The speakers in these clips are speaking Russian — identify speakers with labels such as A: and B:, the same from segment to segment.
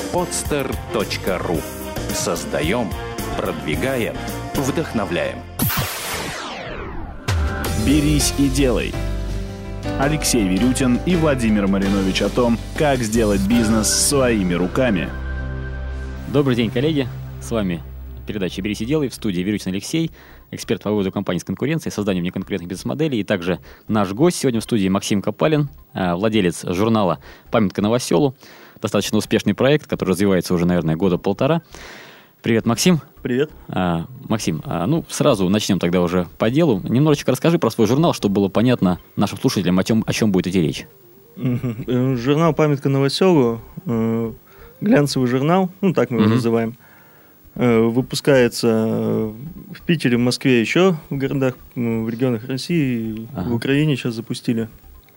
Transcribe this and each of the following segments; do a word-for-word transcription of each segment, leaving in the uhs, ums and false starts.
A: подстер точка ру. Создаем, продвигаем, вдохновляем.
B: «Берись и делай». Алексей Верютин и Владимир Маринович о том, как сделать бизнес своими руками.
C: Добрый день, коллеги. С вами передача «Берись и делай», в студии Верютин Алексей, эксперт по выводу компаний с конкуренцией, созданию неконкурентных бизнес-моделей. И также наш гость сегодня в студии Максим Копалин, владелец журнала «Памятка новоселу». Достаточно успешный проект, который развивается уже, наверное, года полтора. Привет, Максим.
D: Привет.
C: А, Максим, а, ну сразу начнем тогда уже по делу. Немножечко расскажи про свой журнал, чтобы было понятно нашим слушателям, о чем, о чем будет идти речь.
D: Uh-huh. Журнал «Памятка новоселу», э, глянцевый журнал, ну так мы его uh-huh. называем, э, выпускается в Питере, в Москве, еще в городах, в регионах России, uh-huh. в Украине сейчас запустили.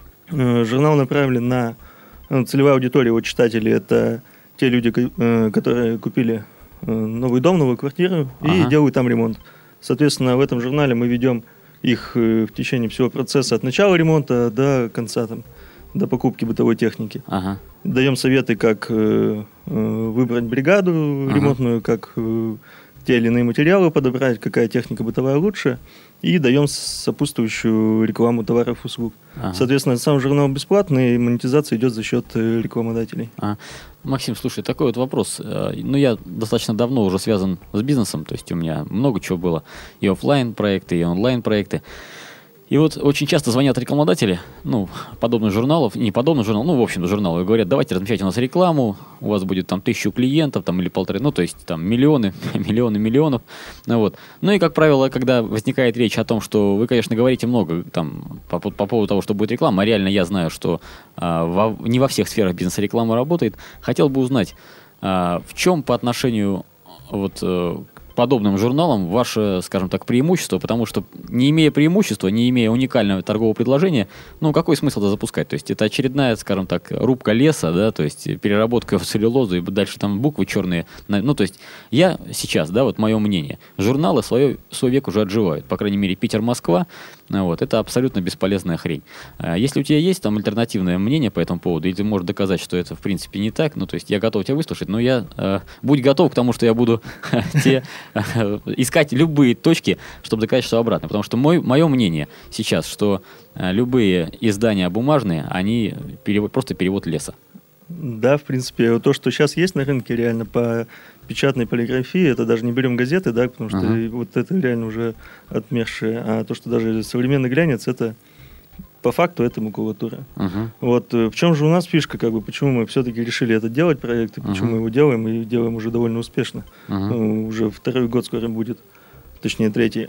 D: Э, журнал направлен на ну, целевая аудитория его читателей, это те люди, э, которые купили новый дом, новую квартиру и ага. делают там ремонт. Соответственно, в этом журнале мы ведем их в течение всего процесса от начала ремонта до конца, там, до покупки бытовой техники. Ага. Даем советы, как э, выбрать бригаду ага. ремонтную, как э, те или иные материалы подобрать, какая техника бытовая лучше, и даем сопутствующую рекламу товаров и услуг. Ага. Соответственно, сам журнал бесплатный, и монетизация идет за счет рекламодателей.
C: Ага. Максим, слушай, такой вот вопрос. Ну, я достаточно давно уже связан с бизнесом, то есть у меня много чего было. И офлайн проекты, и онлайн проекты. И вот очень часто звонят рекламодатели, ну, подобных журналов, не подобных журналов, ну, в общем-то, журналов, и говорят, давайте размещайте у нас рекламу, у вас будет там тысячу клиентов, там, или полторы, ну, то есть там миллионы, миллионы миллионов, ну, вот. Ну, и, как правило, когда возникает речь о том, что вы, конечно, говорите много там по, по поводу того, что будет реклама, а реально я знаю, что а, во, не во всех сферах бизнеса реклама работает, хотел бы узнать, а, в чем по отношению вот подобным журналам ваше, скажем так, преимущество, потому что не имея преимущества, не имея уникального торгового предложения, ну, какой смысл это запускать? То есть это очередная, скажем так, рубка леса, да, то есть переработка в целлюлозу, и дальше там буквы черные. Ну, то есть я сейчас, да, вот мое мнение, журналы свой, свой век уже отживают, по крайней мере, Питер-Москва, вот, это абсолютно бесполезная хрень. Если у тебя есть там альтернативное мнение по этому поводу, или ты можешь доказать, что это, в принципе, не так, ну, то есть я готов тебя выслушать, но я, э, будь готов к тому, что я буду те искать любые точки, чтобы доказать, что обратно. Потому что мой, мое мнение сейчас, что э, любые издания бумажные, они перевод, просто перевод леса.
D: Да, в принципе, то, что сейчас есть на рынке реально по печатной полиграфии, это даже не берем газеты, да, потому что uh-huh. вот это реально уже отмершее. А то, что даже современный глянец, это по факту это макулатура. Uh-huh. Вот в чем же у нас фишка, как бы, почему мы все-таки решили это делать, проект, и почему uh-huh. мы его делаем, и делаем уже довольно успешно. Uh-huh. Ну, уже второй год скоро будет, точнее третий.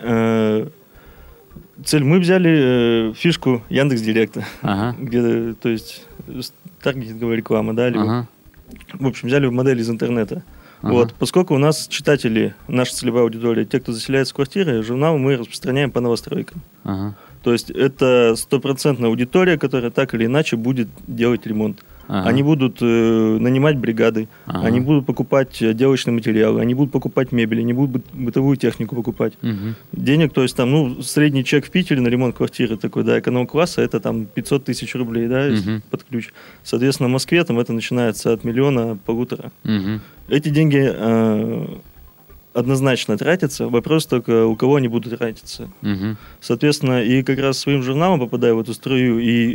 D: Цель, мы взяли фишку Яндекс.Директа, uh-huh. где, то есть таргетинговая реклама, да, либо, uh-huh. в общем, взяли модель из интернета. Uh-huh. Вот, поскольку у нас читатели, наша целевая аудитория, те, кто заселяется в квартиры, журнал мы распространяем по новостройкам. Uh-huh. То есть это стопроцентная аудитория, которая так или иначе будет делать ремонт. Ага. Они будут э, нанимать бригады, ага. они будут покупать отделочные материалы, они будут покупать мебель, они будут бытовую технику покупать. Угу. Денег, то есть там, ну, средний чек в Питере на ремонт квартиры такой, да, эконом-класса, это там пятьсот тысяч рублей, да, угу. под ключ. Соответственно, в Москве там это начинается от миллиона, полутора. Угу. Эти деньги э, однозначно тратятся, вопрос только, у кого они будут тратиться. Угу. Соответственно, и как раз своим журналом, попадая в эту струю и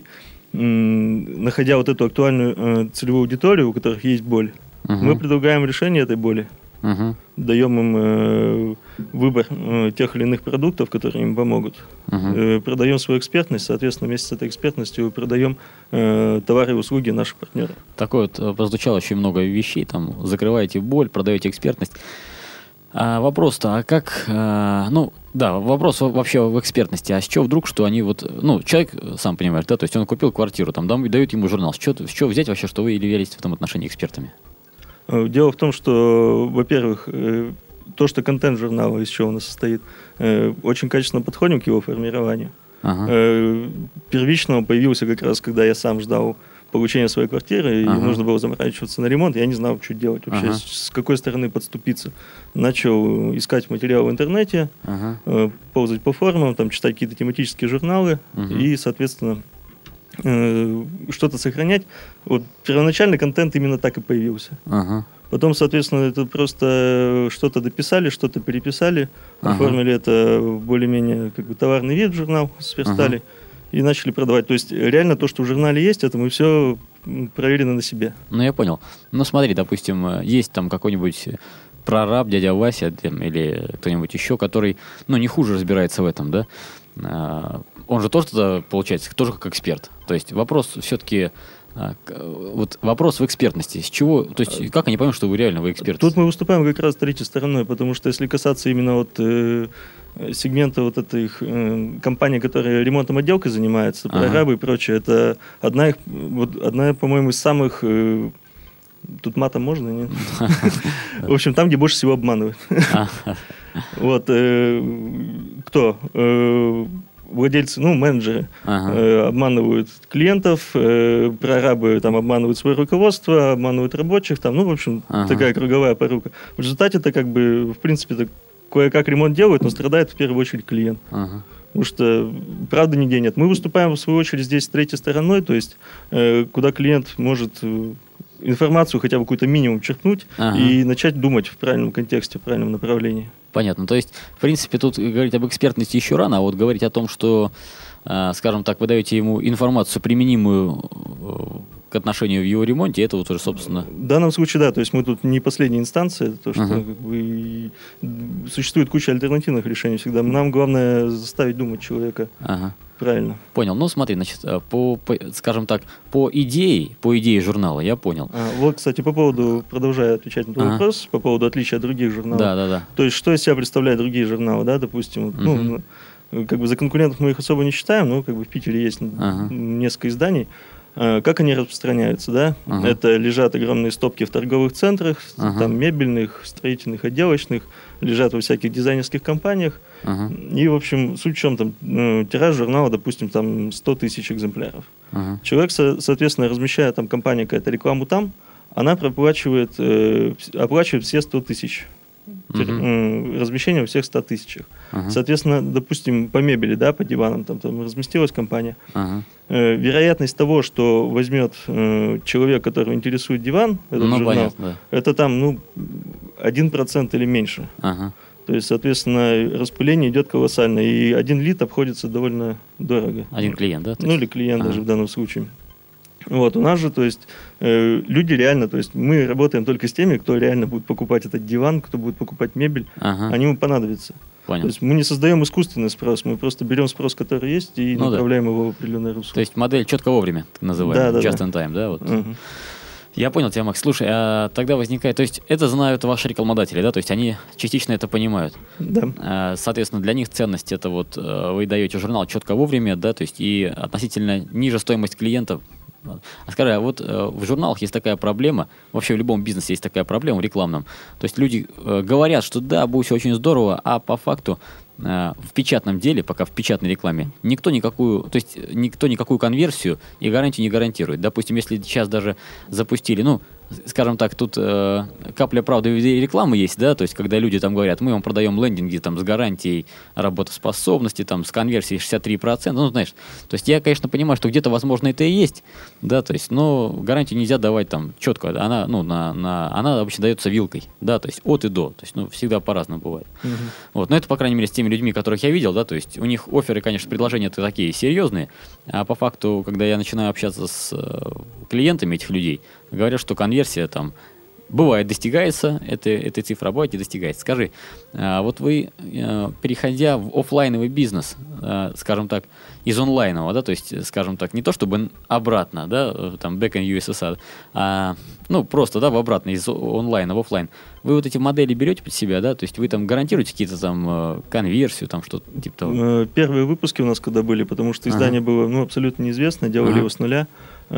D: находя вот эту актуальную э, целевую аудиторию, у которых есть боль, uh-huh. мы предлагаем решение этой боли. Uh-huh. Даем им э, выбор э, тех или иных продуктов, которые им помогут. Uh-huh. Э, продаем свою экспертность, соответственно, вместе с этой экспертностью продаем э, товары и услуги наших партнеров.
C: Такое вот прозвучало очень много вещей, там, закрываете боль, продаете экспертность. А вопрос-то, а как, а, ну, да, вопрос вообще в экспертности, а с чего вдруг, что они вот, ну, человек, сам понимаешь, да, то есть он купил квартиру, там, дают ему журнал, с чего, с чего взять вообще, что вы являлись в этом отношении экспертами?
D: Дело в том, что, во-первых, то, что контент журнала, из чего он состоит, очень качественно подходим к его формированию. Ага. Первично он появился как раз, когда я сам ждал получения своей квартиры, ага. и нужно было заморачиваться на ремонт, я не знал, что делать вообще, ага. с какой стороны подступиться. Начал искать материалы в интернете, ага. ползать по форумам, там, читать какие-то тематические журналы, ага. и, соответственно, э, что-то сохранять. Вот первоначальный контент именно так и появился.
C: Ага.
D: Потом, соответственно, это просто что-то дописали, что-то переписали, ага. оформили это в более-менее как бы товарный вид в журнал, сверстали ага. и начали продавать. То есть реально то, что в журнале есть, это мы все проверено на себе.
C: Ну, я понял. Ну, смотри, допустим, есть там какой-нибудь прораб, дядя Вася или кто-нибудь еще, который, ну, не хуже разбирается в этом, да? Он же тоже тогда, получается, тоже как эксперт. То есть вопрос все-таки... Вот вопрос в экспертности. С чего, то есть как они поймут, что вы реально вы эксперт?
D: Тут мы выступаем как раз третьей стороной, потому что если касаться именно вот э, сегмента вот этих э, компаний, которые ремонтом отделкой занимаются, прорабы ага. и прочее, это одна их, вот одна, по-моему, из самых э, тут матом можно, нет? В общем, там, где больше всего обманывают. Вот кто? Владельцы, ну, менеджеры ага. э, обманывают клиентов, э, прорабы там обманывают свое руководство, обманывают рабочих, там, ну, в общем, ага. такая круговая порука. В результате это как бы, в принципе, это кое-как ремонт делают, но страдает в первую очередь клиент. Ага. Потому что, правда, нигде нет. Мы выступаем, в свою очередь, здесь третьей стороной, то есть, э, куда клиент может информацию хотя бы какой-то минимум черкнуть ага. и начать думать в правильном контексте, в правильном направлении.
C: Понятно. То есть, в принципе, тут говорить об экспертности еще рано, а вот говорить о том, что, э, скажем так, вы даете ему информацию, применимую к отношению в его ремонте, это вот уже, собственно...
D: В данном случае, да, то есть мы тут не последняя инстанция, то, что ага. как бы, существует куча альтернативных решений всегда. Нам главное заставить думать человека. Ага. Правильно.
C: Понял. Ну, смотри, значит, по, по, скажем так, по идее, по идее журнала, я понял.
D: А, вот, кстати, по поводу, продолжая отвечать на твой ага. вопрос, по поводу отличия от других журналов.
C: Да, да, да.
D: То есть, что из себя представляют другие журналы, да, допустим, угу. ну, как бы за конкурентов мы их особо не считаем, но как бы в Питере есть ага. несколько изданий. Как они распространяются, да? Ага. Это лежат огромные стопки в торговых центрах, ага. там мебельных, строительных, отделочных, лежат во всяких дизайнерских компаниях. Ага. И, в общем, суть в чем там, ну, тираж журнала, допустим, там сто тысяч экземпляров. Ага. Человек, со- соответственно, размещая там компания какая-то рекламу там, она проплачивает, э, оплачивает все сто тысяч. Uh-huh. Размещение во всех ста тысячах. Uh-huh. Соответственно, допустим, по мебели, да, по диванам там, там разместилась компания. Uh-huh. Э, вероятность того, что возьмет э, человек, которого интересует диван, этот ну, журнал, понятно, да. это там, ну, один процент или меньше. Uh-huh. То есть, соответственно, распыление идет колоссально, и один лид обходится довольно дорого.
C: Один клиент, да?
D: Ну, или клиент uh-huh. даже в данном случае. Вот, у нас же, то есть, э, люди реально, то есть, мы работаем только с теми, кто реально будет покупать этот диван, кто будет покупать мебель, ага. они ему понадобятся. Понял. То есть, мы не создаем искусственный спрос, мы просто берем спрос, который есть, и ну, направляем да. его в определенное русло.
C: То есть, модель четко вовремя, так называемая, да, да, just да. in time, да? Вот. Угу. Я понял тебя, Макс. Слушай, а тогда возникает... То есть, это знают ваши рекламодатели, да? То есть, они частично это понимают.
D: Да.
C: Соответственно, для них ценность это вот вы даете журнал четко вовремя, да? То есть, и относительно ниже стоимость клиента. А скажи, а вот э, в журналах есть такая проблема, вообще в любом бизнесе есть такая проблема, в рекламном. То есть люди э, говорят, что да, будет все очень здорово, а по факту э, в печатном деле, пока в печатной рекламе, никто никакую, то есть никто никакую конверсию и гарантию не гарантирует. Допустим, если сейчас даже запустили, ну, скажем так, тут э, капля правды в виде рекламы есть, да, то есть когда люди там говорят, мы вам продаем лендинги там с гарантией работоспособности, там с конверсией шестьдесят три процента, ну, знаешь, то есть я, конечно, понимаю, что где-то, возможно, это и есть, да, то есть, но гарантию нельзя давать там четко, она, ну, на, на, она обычно дается вилкой, да, то есть от и до, то есть, ну, всегда по-разному бывает. Uh-huh. Вот, но это, по крайней мере, с теми людьми, которых я видел, да, то есть у них офферы, конечно, предложения-то такие серьезные, а по факту, когда я начинаю общаться с э, клиентами этих людей, говорят, что конверсия там бывает достигается, это, эта цифра бывает не достигается. Скажи, а вот вы, переходя в офлайновый бизнес, скажем так, из онлайнового, да, то есть, скажем так, не то чтобы обратно, да, там, back in ю эс эс ар, а, ну, просто, да, в обратно, из онлайна в офлайн, вы вот эти модели берете под себя, да, то есть вы там гарантируете какие-то там конверсию, там что-то типа того?
D: Первые выпуски у нас когда были, потому что издание ага. было, ну, абсолютно неизвестно, делали ага. его с нуля,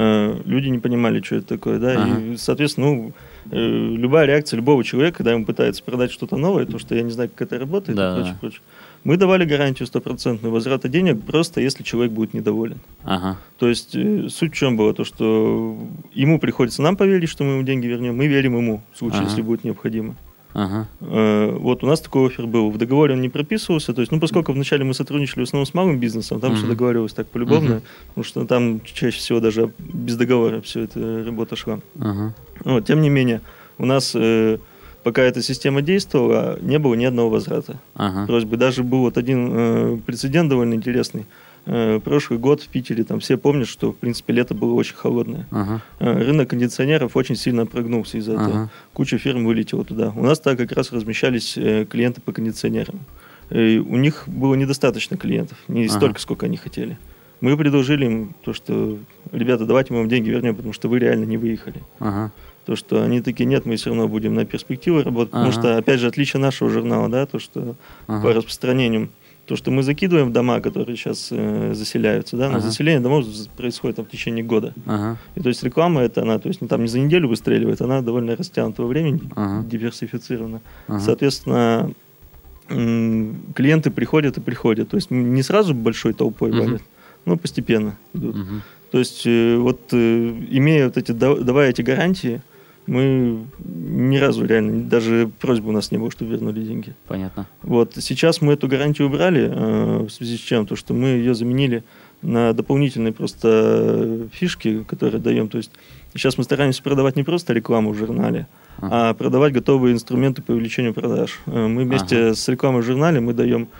D: люди не понимали, что это такое, да, ага. и, соответственно, ну, любая реакция любого человека, когда ему пытается продать что-то новое, то, что я не знаю, как это работает, да, и прочее, да. прочее. Мы давали гарантию стопроцентную возврата денег, просто если человек будет недоволен. Ага. То есть суть в чем была, то, что ему приходится нам поверить, что мы ему деньги вернем, мы верим ему, в случае, ага. если будет необходимо.
C: Ага.
D: Э, вот у нас такой оффер был. В договоре он не прописывался. То есть, ну, поскольку вначале мы сотрудничали в основном с малым бизнесом, там uh-huh. все договаривалось так полюбовно, uh-huh. потому что там чаще всего даже без договора все эта работа шла.
C: Uh-huh.
D: Вот, тем не менее, у нас, э, пока эта система действовала, не было ни одного возврата
C: uh-huh.
D: просьбы. Даже был вот один э, прецедент довольно интересный. Прошлый год в Питере, там все помнят, что, в принципе, лето было очень холодное.
C: Uh-huh.
D: Рынок кондиционеров очень сильно прогнулся из-за
C: uh-huh.
D: этого. Куча фирм вылетела туда. У нас так как раз размещались клиенты по кондиционерам. И у них было недостаточно клиентов, не uh-huh. столько, сколько они хотели. Мы предложили им то, что, ребята, давайте мы вам деньги вернем, потому что вы реально не выехали.
C: Uh-huh.
D: То, что они такие, нет, мы все равно будем на перспективу работать, uh-huh. потому что, опять же, отличие нашего журнала, да, то, что uh-huh. по распространению, то, что мы закидываем в дома, которые сейчас э, заселяются, да, но ага. заселение домов происходит там, в течение года.
C: Ага.
D: И то есть реклама это она, то есть ну, там не за неделю выстреливает, она довольно растянута во времени,
C: ага.
D: диверсифицирована.
C: Ага.
D: Соответственно, м- клиенты приходят и приходят. То есть не сразу большой толпой
C: ага.
D: валят, но постепенно идут.
C: Ага.
D: То есть э, вот э, имея вот эти, давая эти гарантии, мы ни разу реально, даже просьбы у нас не было, чтобы вернули деньги.
C: Понятно.
D: Вот, сейчас мы эту гарантию убрали, э, в связи с чем? То, что мы ее заменили на дополнительные просто фишки, которые даем. То есть сейчас мы стараемся продавать не просто рекламу в журнале, ага. а продавать готовые инструменты по увеличению продаж. Мы вместе ага. с рекламой в журнале мы даем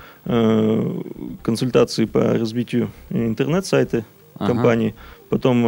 D: э, консультации по развитию интернет-сайта ага. компании. Потом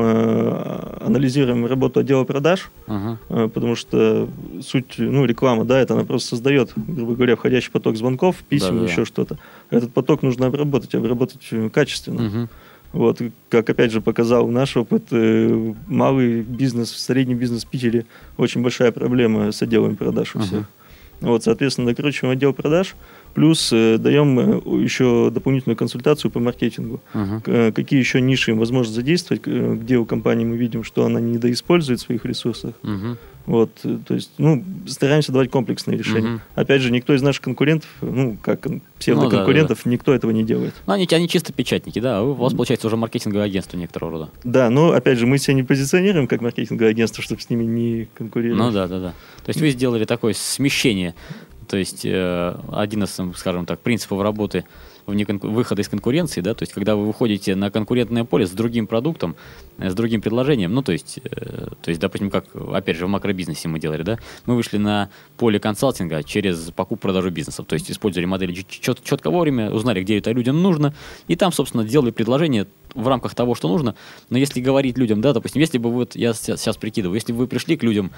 D: э, анализируем работу отдела продаж, uh-huh. э, потому что суть, ну, реклама, да, это она просто создает, грубо говоря, входящий поток звонков, писем, да, да, еще да. что-то. Этот поток нужно обработать, обработать качественно. Uh-huh. Вот, как опять же показал наш опыт, э, малый бизнес, средний бизнес в Питере очень большая проблема с отделом продаж у uh-huh. всех. Вот, соответственно, докручиваем отдел продаж, плюс э, даем э, еще дополнительную консультацию по маркетингу. Uh-huh. К, какие еще ниши возможно задействовать, э, где у компании мы видим, что она недоиспользует в своих ресурсах. Uh-huh. Вот, э, то есть, ну, стараемся давать комплексные решения. Uh-huh. Опять же, никто из наших конкурентов, ну, как псевдоконкурентов, ну, да, да, да. никто этого не делает.
C: Ну, они, они чисто печатники, да? У вас, получается, уже маркетинговое агентство некоторого рода.
D: Да, но, опять же, мы себя не позиционируем как маркетинговое агентство, чтобы с ними не конкурировать.
C: Ну, да, да, да. То есть вы сделали такое смещение. То есть э, один из, скажем так, принципов работы вне кон- выхода из конкуренции, да, то есть когда вы выходите на конкурентное поле с другим продуктом, э, с другим предложением, ну, то есть, э, то есть, допустим, как, опять же, в макробизнесе мы делали, да, мы вышли на поле консалтинга через покупку-продажу бизнесов, то есть использовали модели чет- четко вовремя, узнали, где это людям нужно, и там, собственно, делали предложение в рамках того, что нужно. Но если говорить людям, да, допустим, если бы вот, я сейчас прикидываю, если бы вы пришли к людям,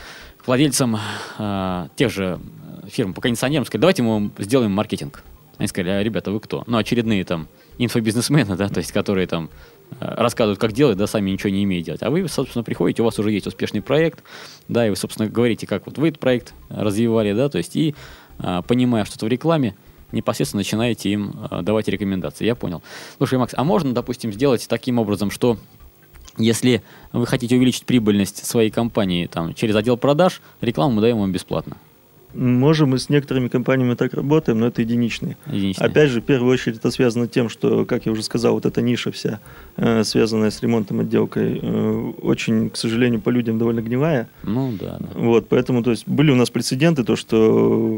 C: к владельцам э, тех же фирм по кондиционерам, сказали, давайте мы вам сделаем маркетинг. Они сказали, а, ребята, вы кто? Ну, очередные там инфобизнесмены, да, то есть, которые там рассказывают, как делать, да, сами ничего не умеют делать. А вы, собственно, приходите, у вас уже есть успешный проект, да, и вы, собственно, говорите, как вот вы этот проект развивали, да, то есть, и а, понимая что-то в рекламе, непосредственно начинаете им а, давать рекомендации. Я понял. Слушай, Макс, а можно, допустим, сделать таким образом, что если вы хотите увеличить прибыльность своей компании там, через отдел продаж, рекламу мы даем вам бесплатно?
D: Можем, мы с некоторыми компаниями так работаем, но это единичные.
C: единичные.
D: Опять же, в первую очередь это связано с тем, что, как я уже сказал, вот эта ниша вся, э, связанная с ремонтом, отделкой, э, очень, к сожалению, по людям довольно гнилая.
C: Ну да, да.
D: Вот, поэтому, то есть, были у нас прецеденты, то, что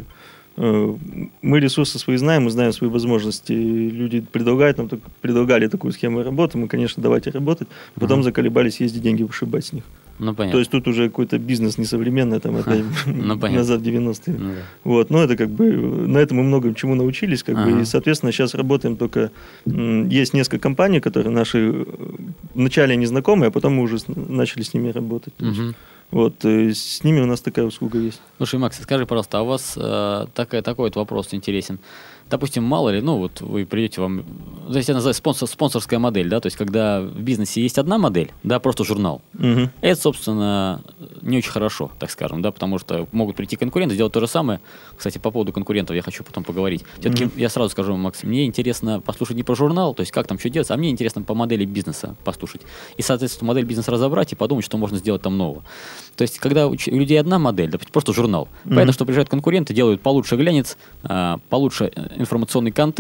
D: э, мы ресурсы свои знаем, мы знаем свои возможности. Люди предлагают нам, предлагали такую схему работы, мы, конечно, давайте работать, потом uh-huh. заколебались ездить деньги вышибать с них.
C: Ну, понятно.
D: То есть тут уже какой-то бизнес несовременный, там, опять ну, назад в девяностые. Ну, да. Вот, но это как бы, на этом мы много чему научились, как ага. бы, и, соответственно, сейчас работаем только, есть несколько компаний, которые наши вначале незнакомые, а потом мы уже начали с ними работать. Угу. Вот, с ними у нас такая услуга есть.
C: Слушай, Макс, скажи, пожалуйста, а у вас э, такая, такой вот вопрос интересен. Допустим, мало ли, ну вот вы придете, вам, здесь я называю спонсор, спонсорская модель, да, то есть когда в бизнесе есть одна модель, да, просто журнал, угу. это, собственно, не очень хорошо, так скажем, да, потому что могут прийти конкуренты, сделать то же самое. Кстати, по поводу конкурентов я хочу потом поговорить. Все-таки угу. я сразу скажу, Макс, мне интересно послушать не про журнал, то есть как там что делается, а мне интересно по модели бизнеса послушать. И, соответственно, модель бизнеса разобрать и подумать, что можно сделать там нового. То есть, когда у людей одна модель, допустим, просто журнал, mm-hmm. понятно, что приезжают конкуренты, делают получше глянец, получше информационный контент,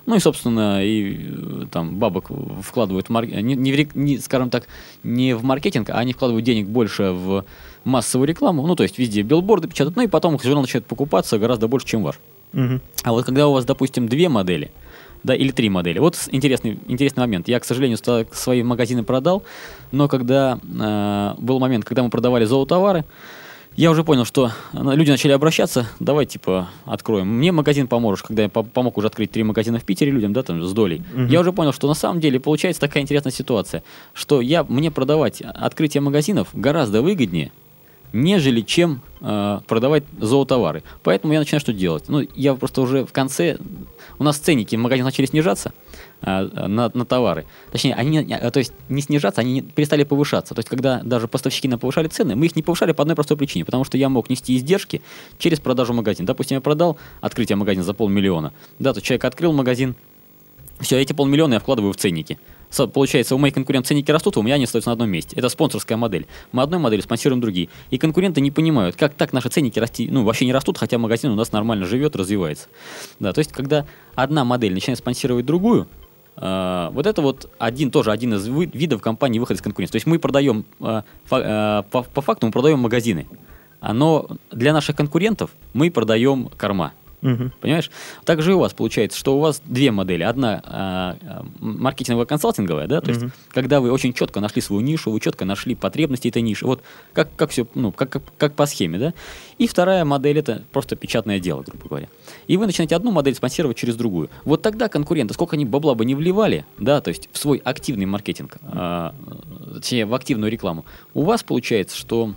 C: Ну и, собственно, и там бабок вкладывают в маркетинг, не, не, не, скажем так, не в маркетинг, а они вкладывают денег больше в массовую рекламу, ну то есть везде билборды печатают, ну и потом их журнал начинает покупаться гораздо больше, чем ваш. Угу. А вот когда у вас, допустим, две модели, да, или три модели. Вот интересный, интересный момент. Я, к сожалению, свои магазины продал, но когда э, был момент, когда мы продавали зоотовары, я уже понял, что люди начали обращаться, давай, типа, откроем. Мне магазин поможешь, когда я помог уже открыть три магазина в Питере людям, да, там, с долей. Uh-huh. Я уже понял, что на самом деле получается такая интересная ситуация, что я, мне продавать открытие магазинов гораздо выгоднее, нежели чем э, продавать зоотовары. Поэтому я начинаю что делать? Ну, я просто уже в конце... У нас ценники в магазинах начали снижаться э, на, на товары. Точнее, они э, то есть не снижаться, они перестали повышаться. То есть, когда даже поставщики нам повышали цены, мы их не повышали по одной простой причине. Потому что я мог нести издержки через продажу магазина. Допустим, я продал открытие магазина за полмиллиона. Да, то человек открыл магазин. Все, эти полмиллиона я вкладываю в ценники. Получается, у моих конкурентов ценники растут, а у меня они остаются на одном месте. Это спонсорская модель. Мы одной моделью спонсируем другие. И конкуренты не понимают, как так наши ценники расти, ну, вообще не растут, хотя магазин у нас нормально живет, развивается. Да, то есть, когда одна модель начинает спонсировать другую, э, вот это вот один, тоже один из вы, видов компании выхода из конкуренции. То есть мы продаем, э, фа, э, по, по факту мы продаем магазины, но для наших конкурентов мы продаем корма. Uh-huh. Понимаешь? Так же и у вас получается, что у вас две модели. Одна а, маркетингово-консалтинговая, да, то uh-huh. есть, когда вы очень четко нашли свою нишу, вы четко нашли потребности этой ниши. Вот как, как все, ну, как, как, как по схеме, да. И вторая модель — это просто печатное дело, грубо говоря. И вы начинаете одну модель спонсировать через другую. Вот тогда конкуренты, сколько они бабла бы не вливали, да, то есть в свой активный маркетинг, а, точнее, в активную рекламу, у вас получается, что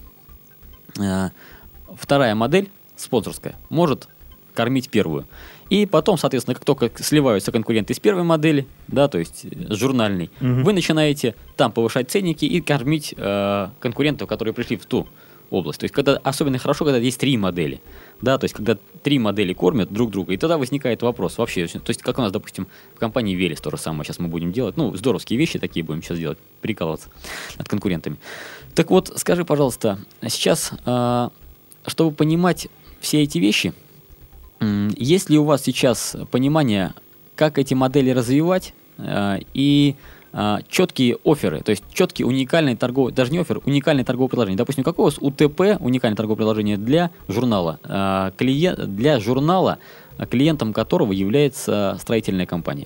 C: а, вторая модель, спонсорская, может кормить первую. И потом, соответственно, как только сливаются конкуренты из первой модели, да, то есть журнальной, угу. вы начинаете там повышать ценники и кормить э, конкурентов, которые пришли в ту область. То есть, когда особенно хорошо, когда есть три модели, да, то есть, когда три модели кормят друг друга, и тогда возникает вопрос вообще, то есть, как у нас, допустим, в компании Велес то же самое сейчас мы будем делать, ну, здоровские вещи такие будем сейчас делать, прикалываться над конкурентами. Так вот, скажи, пожалуйста, сейчас, э, чтобы понимать все эти вещи, есть ли у вас сейчас понимание, как эти модели развивать э, и э, четкие офферы, то есть четкие уникальные торговые, даже не оффер, уникальные торговые предложения. Допустим, какое у вас УТП, уникальное торговое предложение для журнала, э, клиент, для журнала, клиентом которого является строительная компания?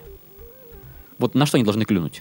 C: Вот на что они должны клюнуть?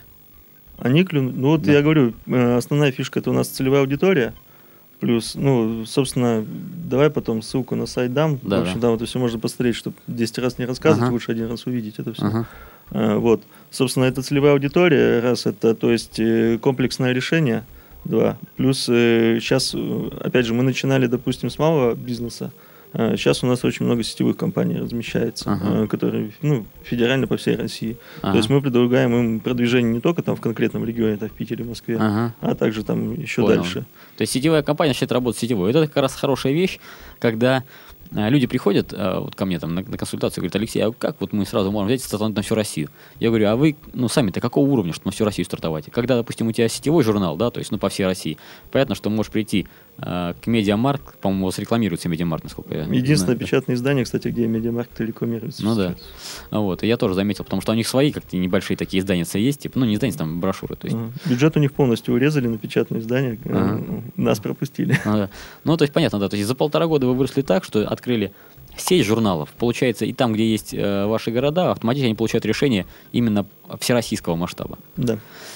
D: Они клюнут, ну вот да. я говорю, основная фишка — это у нас целевая аудитория. Плюс, ну, собственно, давай потом ссылку на сайт дам. Да, в общем, да. там это все можно посмотреть, чтобы десять раз не рассказывать, ага. лучше один раз увидеть это все. Ага. А, вот. Собственно, это целевая аудитория, раз это, то есть, комплексное решение, два. Плюс сейчас, опять же, мы начинали, допустим, с малого бизнеса. Сейчас у нас очень много сетевых компаний размещается, ага. которые, ну, федерально по всей России. Ага. То есть мы предлагаем им продвижение не только там в конкретном регионе, там в Питере, Москве, ага. а также там еще Понял. дальше.
C: То есть сетевая компания начинает работать сетевой. Это как раз хорошая вещь, когда а, люди приходят а, вот ко мне там на, на консультацию и говорят: Алексей, а как вот мы сразу можем взять и стартовать на всю Россию? Я говорю: а вы, ну, сами-то какого уровня, чтобы на всю Россию стартовать? Когда, допустим, у тебя сетевой журнал, да, то есть, ну, по всей России, понятно, что можешь прийти а, к Медиамаркт, по-моему, у вас рекламируется Медиамаркт, насколько я
D: Единственное
C: знаю.
D: печатное издание, кстати, где Медиамаркт рекламируется.
C: Ну да. Вот, и я тоже заметил, потому что у них свои как-то небольшие такие издания есть, типа, ну, не издания, там брошюры. То есть.
D: Ага. Бюджет у них полностью урезали на печатное издание, ага. нас пропустили.
C: Ага. Ну, то есть, понятно, да, то есть за полтора года вы выросли так, что открыли сеть журналов. Получается, и там, где есть э, ваши города, автоматически они получают решение именно всероссийского масштаба.
D: Да.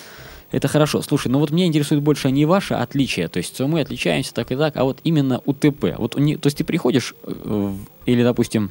C: Это хорошо. Слушай, ну вот меня интересует больше не ваше отличие, то есть мы отличаемся так и так, а вот именно УТП. Вот, то есть ты приходишь, в, или, допустим,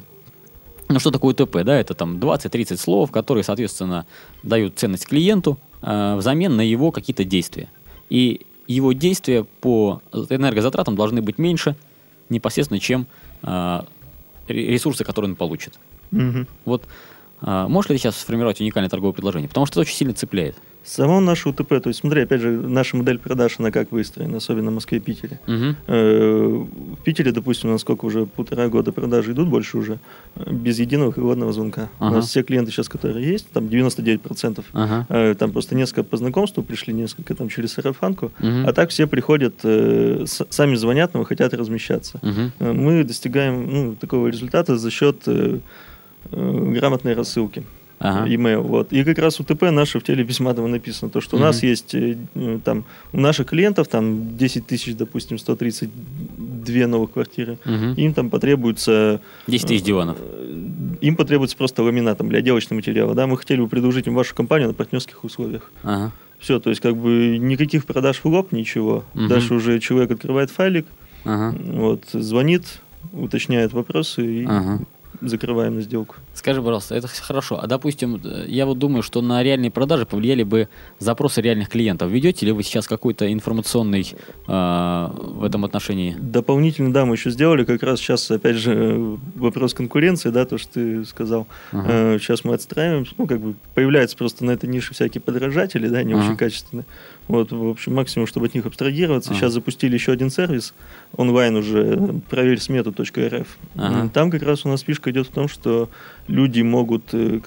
C: ну что такое УТП, да, это там двадцать-тридцать слов, которые, соответственно, дают ценность клиенту э, взамен на его какие-то действия. И его действия по энергозатратам должны быть меньше непосредственно, чем э, ресурсы, которые он получит. Угу. Вот а, можешь ли ты сейчас сформировать уникальное торговое предложение? Потому что это очень сильно цепляет.
D: Само наше УТП, то есть смотри, опять же, наша модель продаж, она как выстроена, особенно в Москве и Питере. Угу. Э, в Питере, допустим, у нас сколько уже, полтора года продажи идут больше уже, без единого холодного звонка. Ага. У нас все клиенты сейчас, которые есть, там девяносто девять процентов, ага. э, там просто несколько по знакомству пришли, несколько там через сарафанку, угу. а так все приходят, э, с, сами звонят, но хотят размещаться. Угу. Э, мы достигаем ну, такого результата за счет э, э, грамотной рассылки. ага. e-mail. Вот. И как раз УТП наше в теле письма там написано, то, что у угу. нас есть там, у наших клиентов там десять тысяч, допустим, сто тридцать две новых квартиры. Угу. Им там потребуется...
C: десять тысяч диванов.
D: Им потребуется просто ламинат там, для отделочного материала. Да? Мы хотели бы предложить им вашу компанию на партнерских условиях. Ага. Все, то есть как бы никаких продаж в лоб, ничего. Угу. Дальше уже человек открывает файлик, ага. вот, звонит, уточняет вопросы и ага. закрываем на сделку.
C: Скажи, пожалуйста, это хорошо. А допустим, я вот думаю, что на реальные продажи повлияли бы запросы реальных клиентов. Ведете ли вы сейчас какой-то информационный э, в этом отношении?
D: Дополнительно, да, мы еще сделали. Как раз сейчас, опять же, вопрос конкуренции, да, то, что ты сказал. Ага. Э, сейчас мы отстраиваем. Ну, как бы появляются просто на этой нише всякие подражатели, да, не ага. очень качественные. Вот, в общем, максимум, чтобы от них абстрагироваться. Ага. Сейчас запустили еще один сервис онлайн уже, проверь смету точка эр эф. Ага. Там как раз у нас фишка идет в том, что люди могут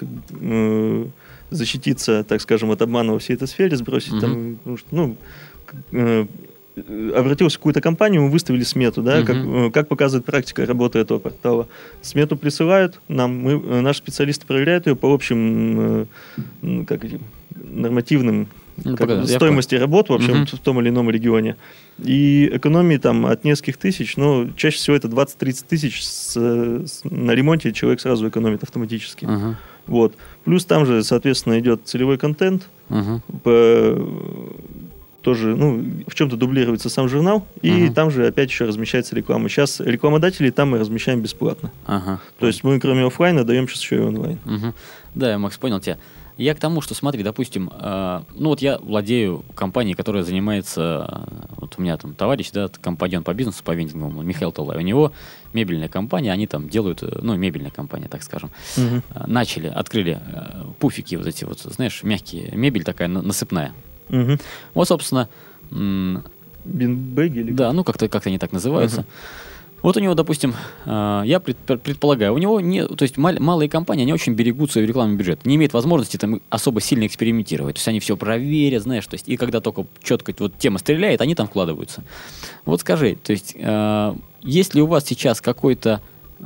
D: э, защититься, так скажем, от обмана во всей этой сфере, сбросить uh-huh. там, потому что, ну, э, обратился в какую-то компанию, мы выставили смету, да, uh-huh. как, как показывает практика работы этого портала. Смету присылают нам, мы, наши специалисты проверяют ее по общим э, как, нормативным ну, как, стоимости работ, в общем, uh-huh. в том или ином регионе. И экономии там от нескольких тысяч, но чаще всего это двадцать-тридцать тысяч с, с, на ремонте человек сразу экономит автоматически. Uh-huh. Вот. Плюс там же, соответственно, идет целевой контент, uh-huh. по, тоже, ну, в чем-то дублируется сам журнал, и uh-huh. там же опять еще размещается реклама. Сейчас рекламодателей там мы размещаем бесплатно. Uh-huh. То есть мы кроме офлайна даем сейчас еще и онлайн.
C: Uh-huh. Да, я, Макс, понял тебя. Я к тому, что, смотри, допустим, э, ну вот я владею компанией, которая занимается, э, вот у меня там товарищ, да, компаньон по бизнесу, по вендингу, Михаил Толай, у него мебельная компания, они там делают, ну, мебельная компания, так скажем, угу. э, начали, открыли э, пуфики вот эти вот, знаешь, мягкие, мебель такая насыпная. Угу. Вот, собственно... М-
D: Бинбэги или...
C: Да, ну как-то, как-то они так называются. Угу. Вот у него, допустим, я предполагаю, у него не, то есть малые компании, они очень берегут свой рекламный бюджет, не имеют возможности там особо сильно экспериментировать. То есть они все проверят, знаешь, то есть и когда только четко вот тема стреляет, они там вкладываются. Вот скажи, то есть есть ли у вас сейчас какой-то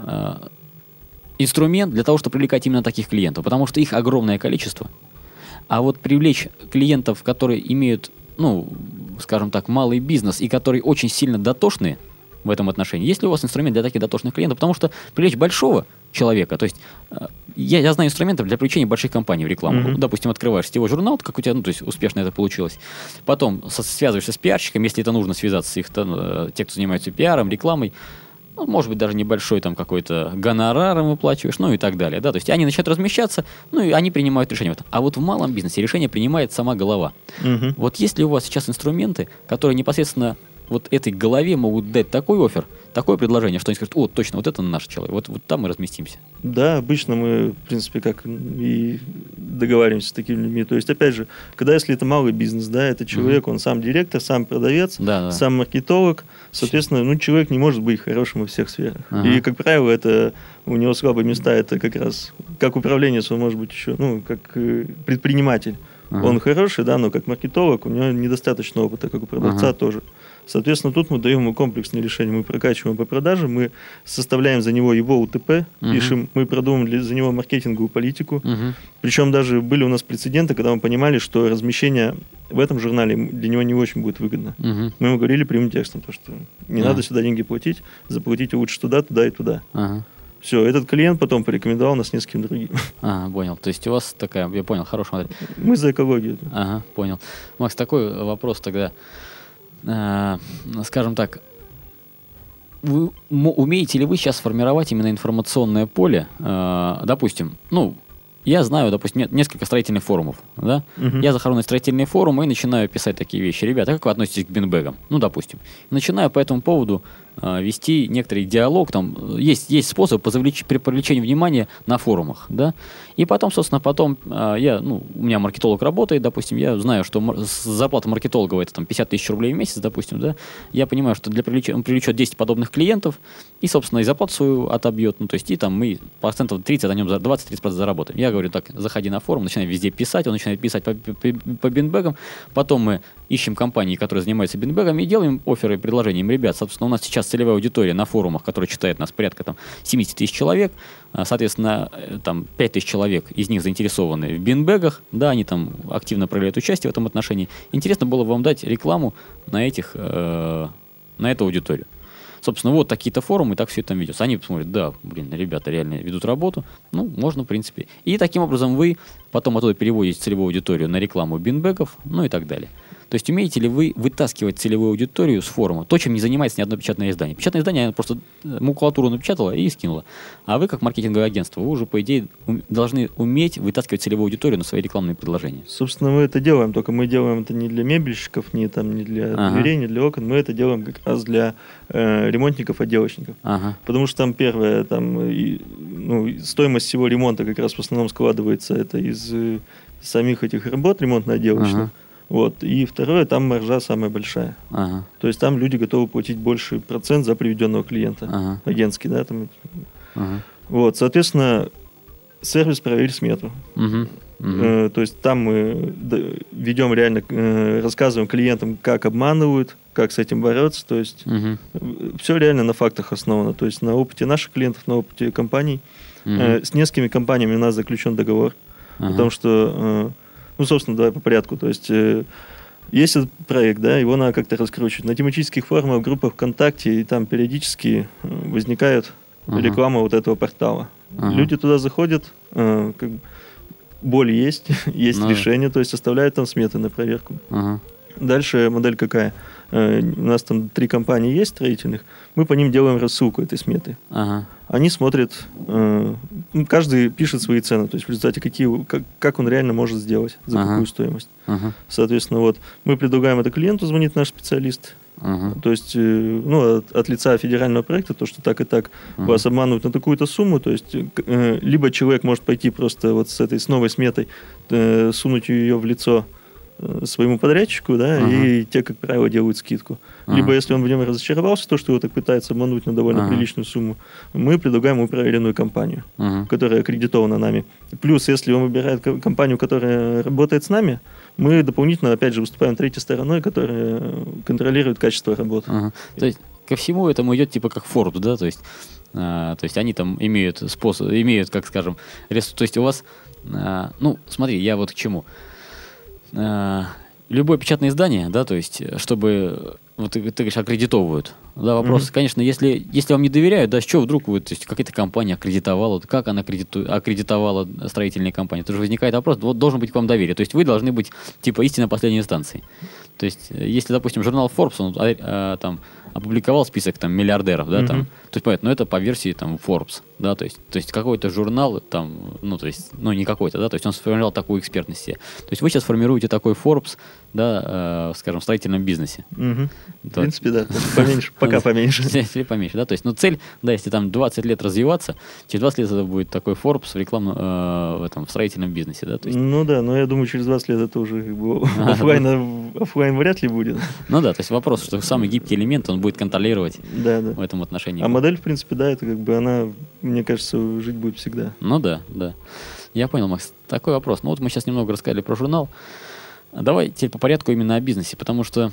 C: инструмент для того, чтобы привлекать именно таких клиентов? Потому что их огромное количество. А вот привлечь клиентов, которые имеют, ну, скажем так, малый бизнес и которые очень сильно дотошные в этом отношении. Есть ли у вас инструмент для таких дотошных клиентов? Потому что привлечь большого человека, то есть я, я знаю инструментов для привлечения больших компаний в рекламу. Mm-hmm. Допустим, открываешь сетевой журнал, как у тебя, ну, то есть успешно это получилось. Потом со, связываешься с пиарщиками, если это нужно связаться с их, то, те, кто занимается пиаром, рекламой, ну, может быть, даже небольшой там какой-то гонорар им выплачиваешь, ну и так далее. Да? То есть они начинают размещаться, ну и они принимают решение. А вот в малом бизнесе решение принимает сама голова. Mm-hmm. Вот есть ли у вас сейчас инструменты, которые непосредственно вот этой голове могут дать такой оффер, такое предложение, что они скажут: о, точно, вот это наш человек, вот, вот там мы разместимся.
D: Да, обычно мы, в принципе, как и договариваемся с такими людьми. То есть, опять же, когда если это малый бизнес, да, это человек, mm-hmm. он сам директор, сам продавец, да, да. сам маркетолог, соответственно, ну, человек не может быть хорошим во всех сферах. Uh-huh. И, как правило, это у него слабые места, это как раз как управленец, он может быть еще, ну, как предприниматель. Uh-huh. Он хороший, да, но как маркетолог у него недостаточно опыта, как у продавца uh-huh. тоже. Соответственно, тут мы даем ему комплексное решение. Мы прокачиваем по продаже, мы составляем за него его УТП, uh-huh. пишем, мы продумываем для, за него маркетинговую политику. Uh-huh. Причем даже были у нас прецеденты, когда мы понимали, что размещение в этом журнале для него не очень будет выгодно. Uh-huh. Мы ему говорили прямым текстом, то, что не uh-huh. надо сюда деньги платить, заплатите лучше туда, туда и туда. Uh-huh. Все, этот клиент потом порекомендовал нас нескольким другим.
C: Ага, понял. То есть у вас такая, я понял, хорошая модель.
D: Мы за экологию.
C: Ага, понял. Макс, такой вопрос тогда. Э, скажем так, вы умеете ли вы сейчас формировать именно информационное поле? Э, допустим, ну, я знаю, допустим, несколько строительных форумов, да? Uh-huh. Я захожу на строительные форумы и начинаю писать такие вещи. Ребята, как вы относитесь к бинбэгам? Ну, допустим. Начинаю по этому поводу э, вести некоторый диалог. Там есть, есть способ по завлеч... при привлечении внимания на форумах, да? И потом, собственно, потом э, я, ну, у меня маркетолог работает, допустим, я знаю, что мар... зарплата маркетолога это там пятьдесят тысяч рублей в месяц, допустим, да? Я понимаю, что для привлеч... он привлечет десять подобных клиентов и, собственно, и зарплату свою отобьет, ну, то есть и там мы процентов тридцать, а на нем двадцать-тридцать процентов заработаем. Я говорю, так, заходи на форум, начинай везде писать, он начинает писать по, по, по бинбэгам, потом мы ищем компании, которые занимаются бинбэгами, и делаем офферы и предложения им. Ребят, собственно, у нас сейчас целевая аудитория на форумах, которая читает нас порядка там семьдесят тысяч человек, соответственно, там пять тысяч человек из них заинтересованы в бинбэгах, да, они там активно проявляют участие в этом отношении. Интересно было бы вам дать рекламу на этих, э, на эту аудиторию. Собственно, вот такие-то форумы, и так все это там ведется. Они посмотрят, да, блин, ребята реально ведут работу. Ну, можно, в принципе. И таким образом вы потом оттуда переводите целевую аудиторию на рекламу бинбэгов, ну и так далее. То есть умеете ли вы вытаскивать целевую аудиторию с форума? То, чем не занимается ни одно печатное издание. Печатное издание просто макулатуру напечатало и скинуло. А вы, как маркетинговое агентство, вы уже, по идее, должны уметь вытаскивать целевую аудиторию на свои рекламные предложения.
D: Собственно, мы это делаем, только мы делаем это не для мебельщиков, не, там, не для ага. дверей, не для окон. Мы это делаем как раз для э, ремонтников, отделочников. Ага. Потому что там первое, там, и, ну, стоимость всего ремонта как раз в основном складывается это из э, самих этих работ ремонтно-отделочных. Ага. Вот. И второе, там маржа самая большая. Ага. То есть там люди готовы платить больше процент за приведенного клиента. Ага. Агентский, да? Там. Ага. Вот. Соответственно, сервис «Проверь смету». Угу. Угу. Э, то есть там мы ведем реально, э, рассказываем клиентам, как обманывают, как с этим бороться. То есть угу. все реально на фактах основано. То есть на опыте наших клиентов, на опыте компаний. Угу. Э, с несколькими компаниями у нас заключен договор. Ага. Потому что... Э, Ну, собственно, давай по порядку. То есть, э, есть этот проект, да, его надо как-то раскручивать. На тематических форумах, группах ВКонтакте, и там периодически возникает uh-huh. реклама вот этого портала. Uh-huh. Люди туда заходят, э, как, боль есть, есть uh-huh. решение, то есть оставляют там сметы на проверку. Uh-huh. Дальше модель какая? Э, у нас там три компании есть строительных, мы по ним делаем рассылку этой сметы. Uh-huh. Они смотрят, э, каждый пишет свои цены, то есть в результате какие, как, как он реально может сделать, за ага. какую стоимость. Ага. Соответственно, вот мы предлагаем это клиенту, звонит наш специалист. Ага. То есть, э, ну, от, от лица федерального проекта, то, что так и так ага. вас обманывают на такую-то сумму, то есть, э, либо человек может пойти просто вот с этой с новой сметой, э, сунуть ее в лицо своему подрядчику, да, uh-huh. и те, как правило, делают скидку. Uh-huh. Либо, если он в нем разочаровался, то, что его так пытается обмануть на довольно uh-huh. приличную сумму, мы предлагаем ему проверенную компанию, uh-huh. которая аккредитована нами. Плюс, если он выбирает компанию, которая работает с нами, мы дополнительно, опять же, выступаем третьей стороной, которая контролирует качество работы.
C: Uh-huh. То есть, ко всему этому идет типа как Forbes, да, то есть, а, то есть они там имеют способ, имеют, как скажем, ресурс, то есть у вас, а, ну, смотри, я вот к чему. Любое печатное издание, да, то есть, чтобы, вот ты, ты говоришь, аккредитовывают. Да, вопрос, mm-hmm. конечно, если, если вам не доверяют, да, с чего вдруг вы, то есть, какая-то компания аккредитовала, как она аккредиту, аккредитовала строительные компании? Тоже возникает вопрос, вот должен быть к вам доверие. То есть, вы должны быть, типа, истинно последней инстанции. То есть, если, допустим, журнал Forbes, он а, а, там опубликовал список там миллиардеров, да, mm-hmm. там, то есть, понятно, но это по версии там Forbes, да, то есть, то есть какой-то журнал там, ну, то есть, ну, не какой-то, да, то есть он сформировал такую экспертность себе. То есть вы сейчас формируете такой Forbes, да, э, скажем, в строительном бизнесе.
D: Mm-hmm. В принципе, да, поменьше, пока поменьше.
C: Если поменьше, да, то есть, ну, цель, да, если там двадцать лет развиваться, через двадцать лет это будет такой Forbes в рекламном, э, в этом, в строительном бизнесе, да, то есть.
D: Ну да, но я думаю, через двадцать лет это уже как бы оффлайн, оффлайн вряд ли будет.
C: Ну да, то есть вопрос, что самый гибкий элемент, он будет контролировать
D: да, да.
C: в этом отношении.
D: А модель, в принципе, да, это как бы она, мне кажется, жить будет всегда.
C: Ну да, да. Я понял, Макс. Такой вопрос. Ну вот мы сейчас немного рассказали про журнал. Давай теперь по порядку именно о бизнесе, потому что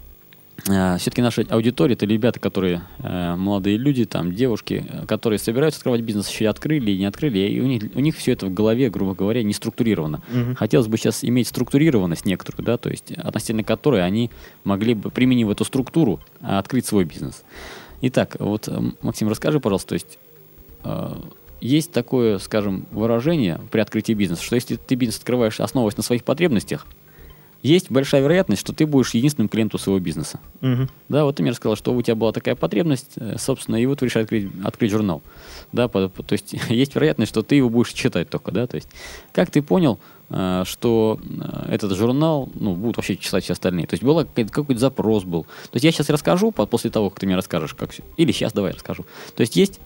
C: э, все-таки наша аудитория, это ребята, которые, э, молодые люди, там, девушки, которые собираются открывать бизнес, еще и открыли, и не открыли, и у них, у них все это в голове, грубо говоря, не структурировано. Угу. Хотелось бы сейчас иметь структурированность некоторую, да, то есть относительно которой они могли бы, применив эту структуру, открыть свой бизнес. Итак, вот, Максим, расскажи, пожалуйста, то есть э, есть такое, скажем, выражение при открытии бизнеса, что если ты бизнес открываешь, основываясь на своих потребностях, есть большая вероятность, что ты будешь единственным клиентом своего бизнеса. Угу. Да, вот ты мне рассказал, что у тебя была такая потребность, собственно, и вот ты решил открыть, открыть журнал. Да, по, по, то есть есть вероятность, что ты его будешь читать только, да, то есть как ты понял, э, что этот журнал, ну, будут вообще читать все остальные? То есть был какой-то, какой-то запрос был. То есть я сейчас расскажу, после того, как ты мне расскажешь, как все, или сейчас давай расскажу. То есть есть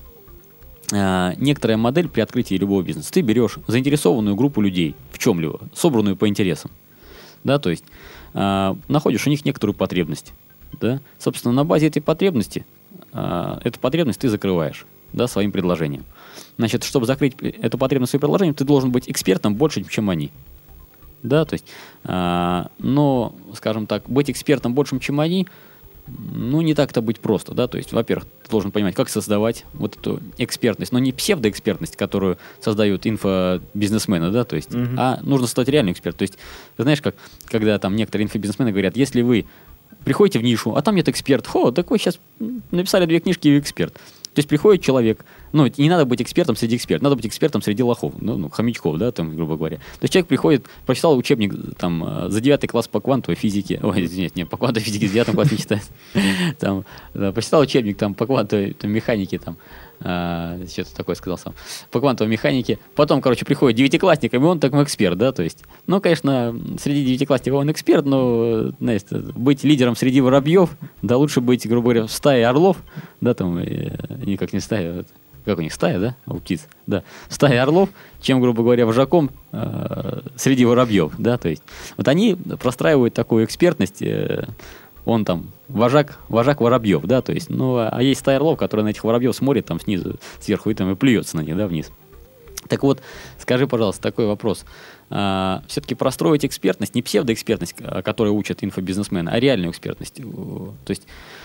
C: э, некоторая модель при открытии любого бизнеса. Ты берешь заинтересованную группу людей в чем-либо, собранную по интересам. Да, то есть э, находишь у них некоторую потребность. Да? Собственно, на базе этой потребности э, эту потребность ты закрываешь. да, своим предложением. Значит, чтобы закрыть эту потребность своим предложением, ты должен быть экспертом больше, чем они. Да, то есть, э, но, скажем так, быть экспертом больше, чем они, ну, не так-то быть просто, да, то есть, во-первых, ты должен понимать, как создавать вот эту экспертность, но не псевдоэкспертность, которую создают инфобизнесмены, да, то есть, uh-huh. а нужно создать реальную экспертность. То есть, ты знаешь, как, когда там некоторые инфобизнесмены говорят, если вы приходите в нишу, а там нет эксперт, хо, так вы сейчас написали две книжки и эксперт. То есть приходит человек, ну, не надо быть экспертом среди экспертов, надо быть экспертом среди лохов, ну, ну, хомячков, да, там, грубо говоря. То есть человек приходит, прочитал учебник там за девятый класс по квантовой физике, ой, нет, нет, по квантовой физике в девятом классе не читает, там, да, прочитал учебник там по квантовой там, механике, там, а, что-то такое сказал сам, по квантовой механике, потом, короче, приходит девятиклассник, и он такой эксперт, да, то есть, ну, конечно, среди девятиклассников он эксперт, но, знаете, быть лидером среди воробьев, да, лучше быть, грубо говоря, в стае орлов, да, там, и, никак не стая, как у них стая, да, у птиц, да, стая орлов, чем, грубо говоря, вожаком э, среди воробьев, да, то есть, вот они простраивают такую экспертность, э, он там вожак, вожак воробьев, да, то есть, ну, а есть стая орлов, которая на этих воробьев смотрит там снизу, сверху, и там и плюется на них, да, вниз. Так вот, скажи, пожалуйста, такой вопрос. А, все-таки простроить экспертность, не псевдоэкспертность, которой учат инфобизнесмены, а реальную экспертность, то есть,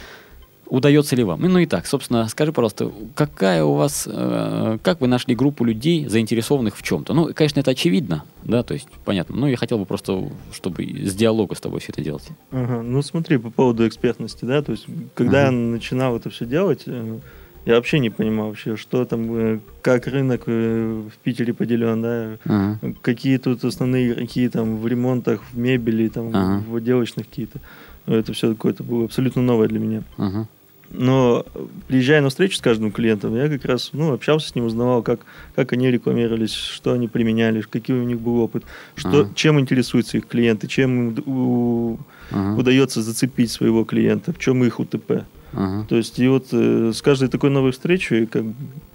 C: удается ли вам? Ну и так, собственно, скажи, пожалуйста, какая у вас, э, как вы нашли группу людей, заинтересованных в чем-то? Ну, конечно, это очевидно, да, то есть, понятно. Но я хотел бы просто, чтобы с диалога с тобой все это делать.
D: Ага, ну смотри, по поводу экспертности, да, то есть, когда ага. я начинал это все делать, э, я вообще не понимал вообще, что там, э, как рынок э, в Питере поделен, да, ага. какие тут основные игроки там в ремонтах, в мебели, там, ага. в отделочных какие-то. Это все какое-то было абсолютно новое для меня. Ага. Но приезжая на встречу с каждым клиентом, я как раз ну, общался с ним, узнавал, как, как они рекламировались, что они применяли, какой у них был опыт, что, ага. чем интересуются их клиенты, чем им у, ага. удается зацепить своего клиента, в чем их УТП. Ага. То есть, и вот э, с каждой такой новой встречей, как,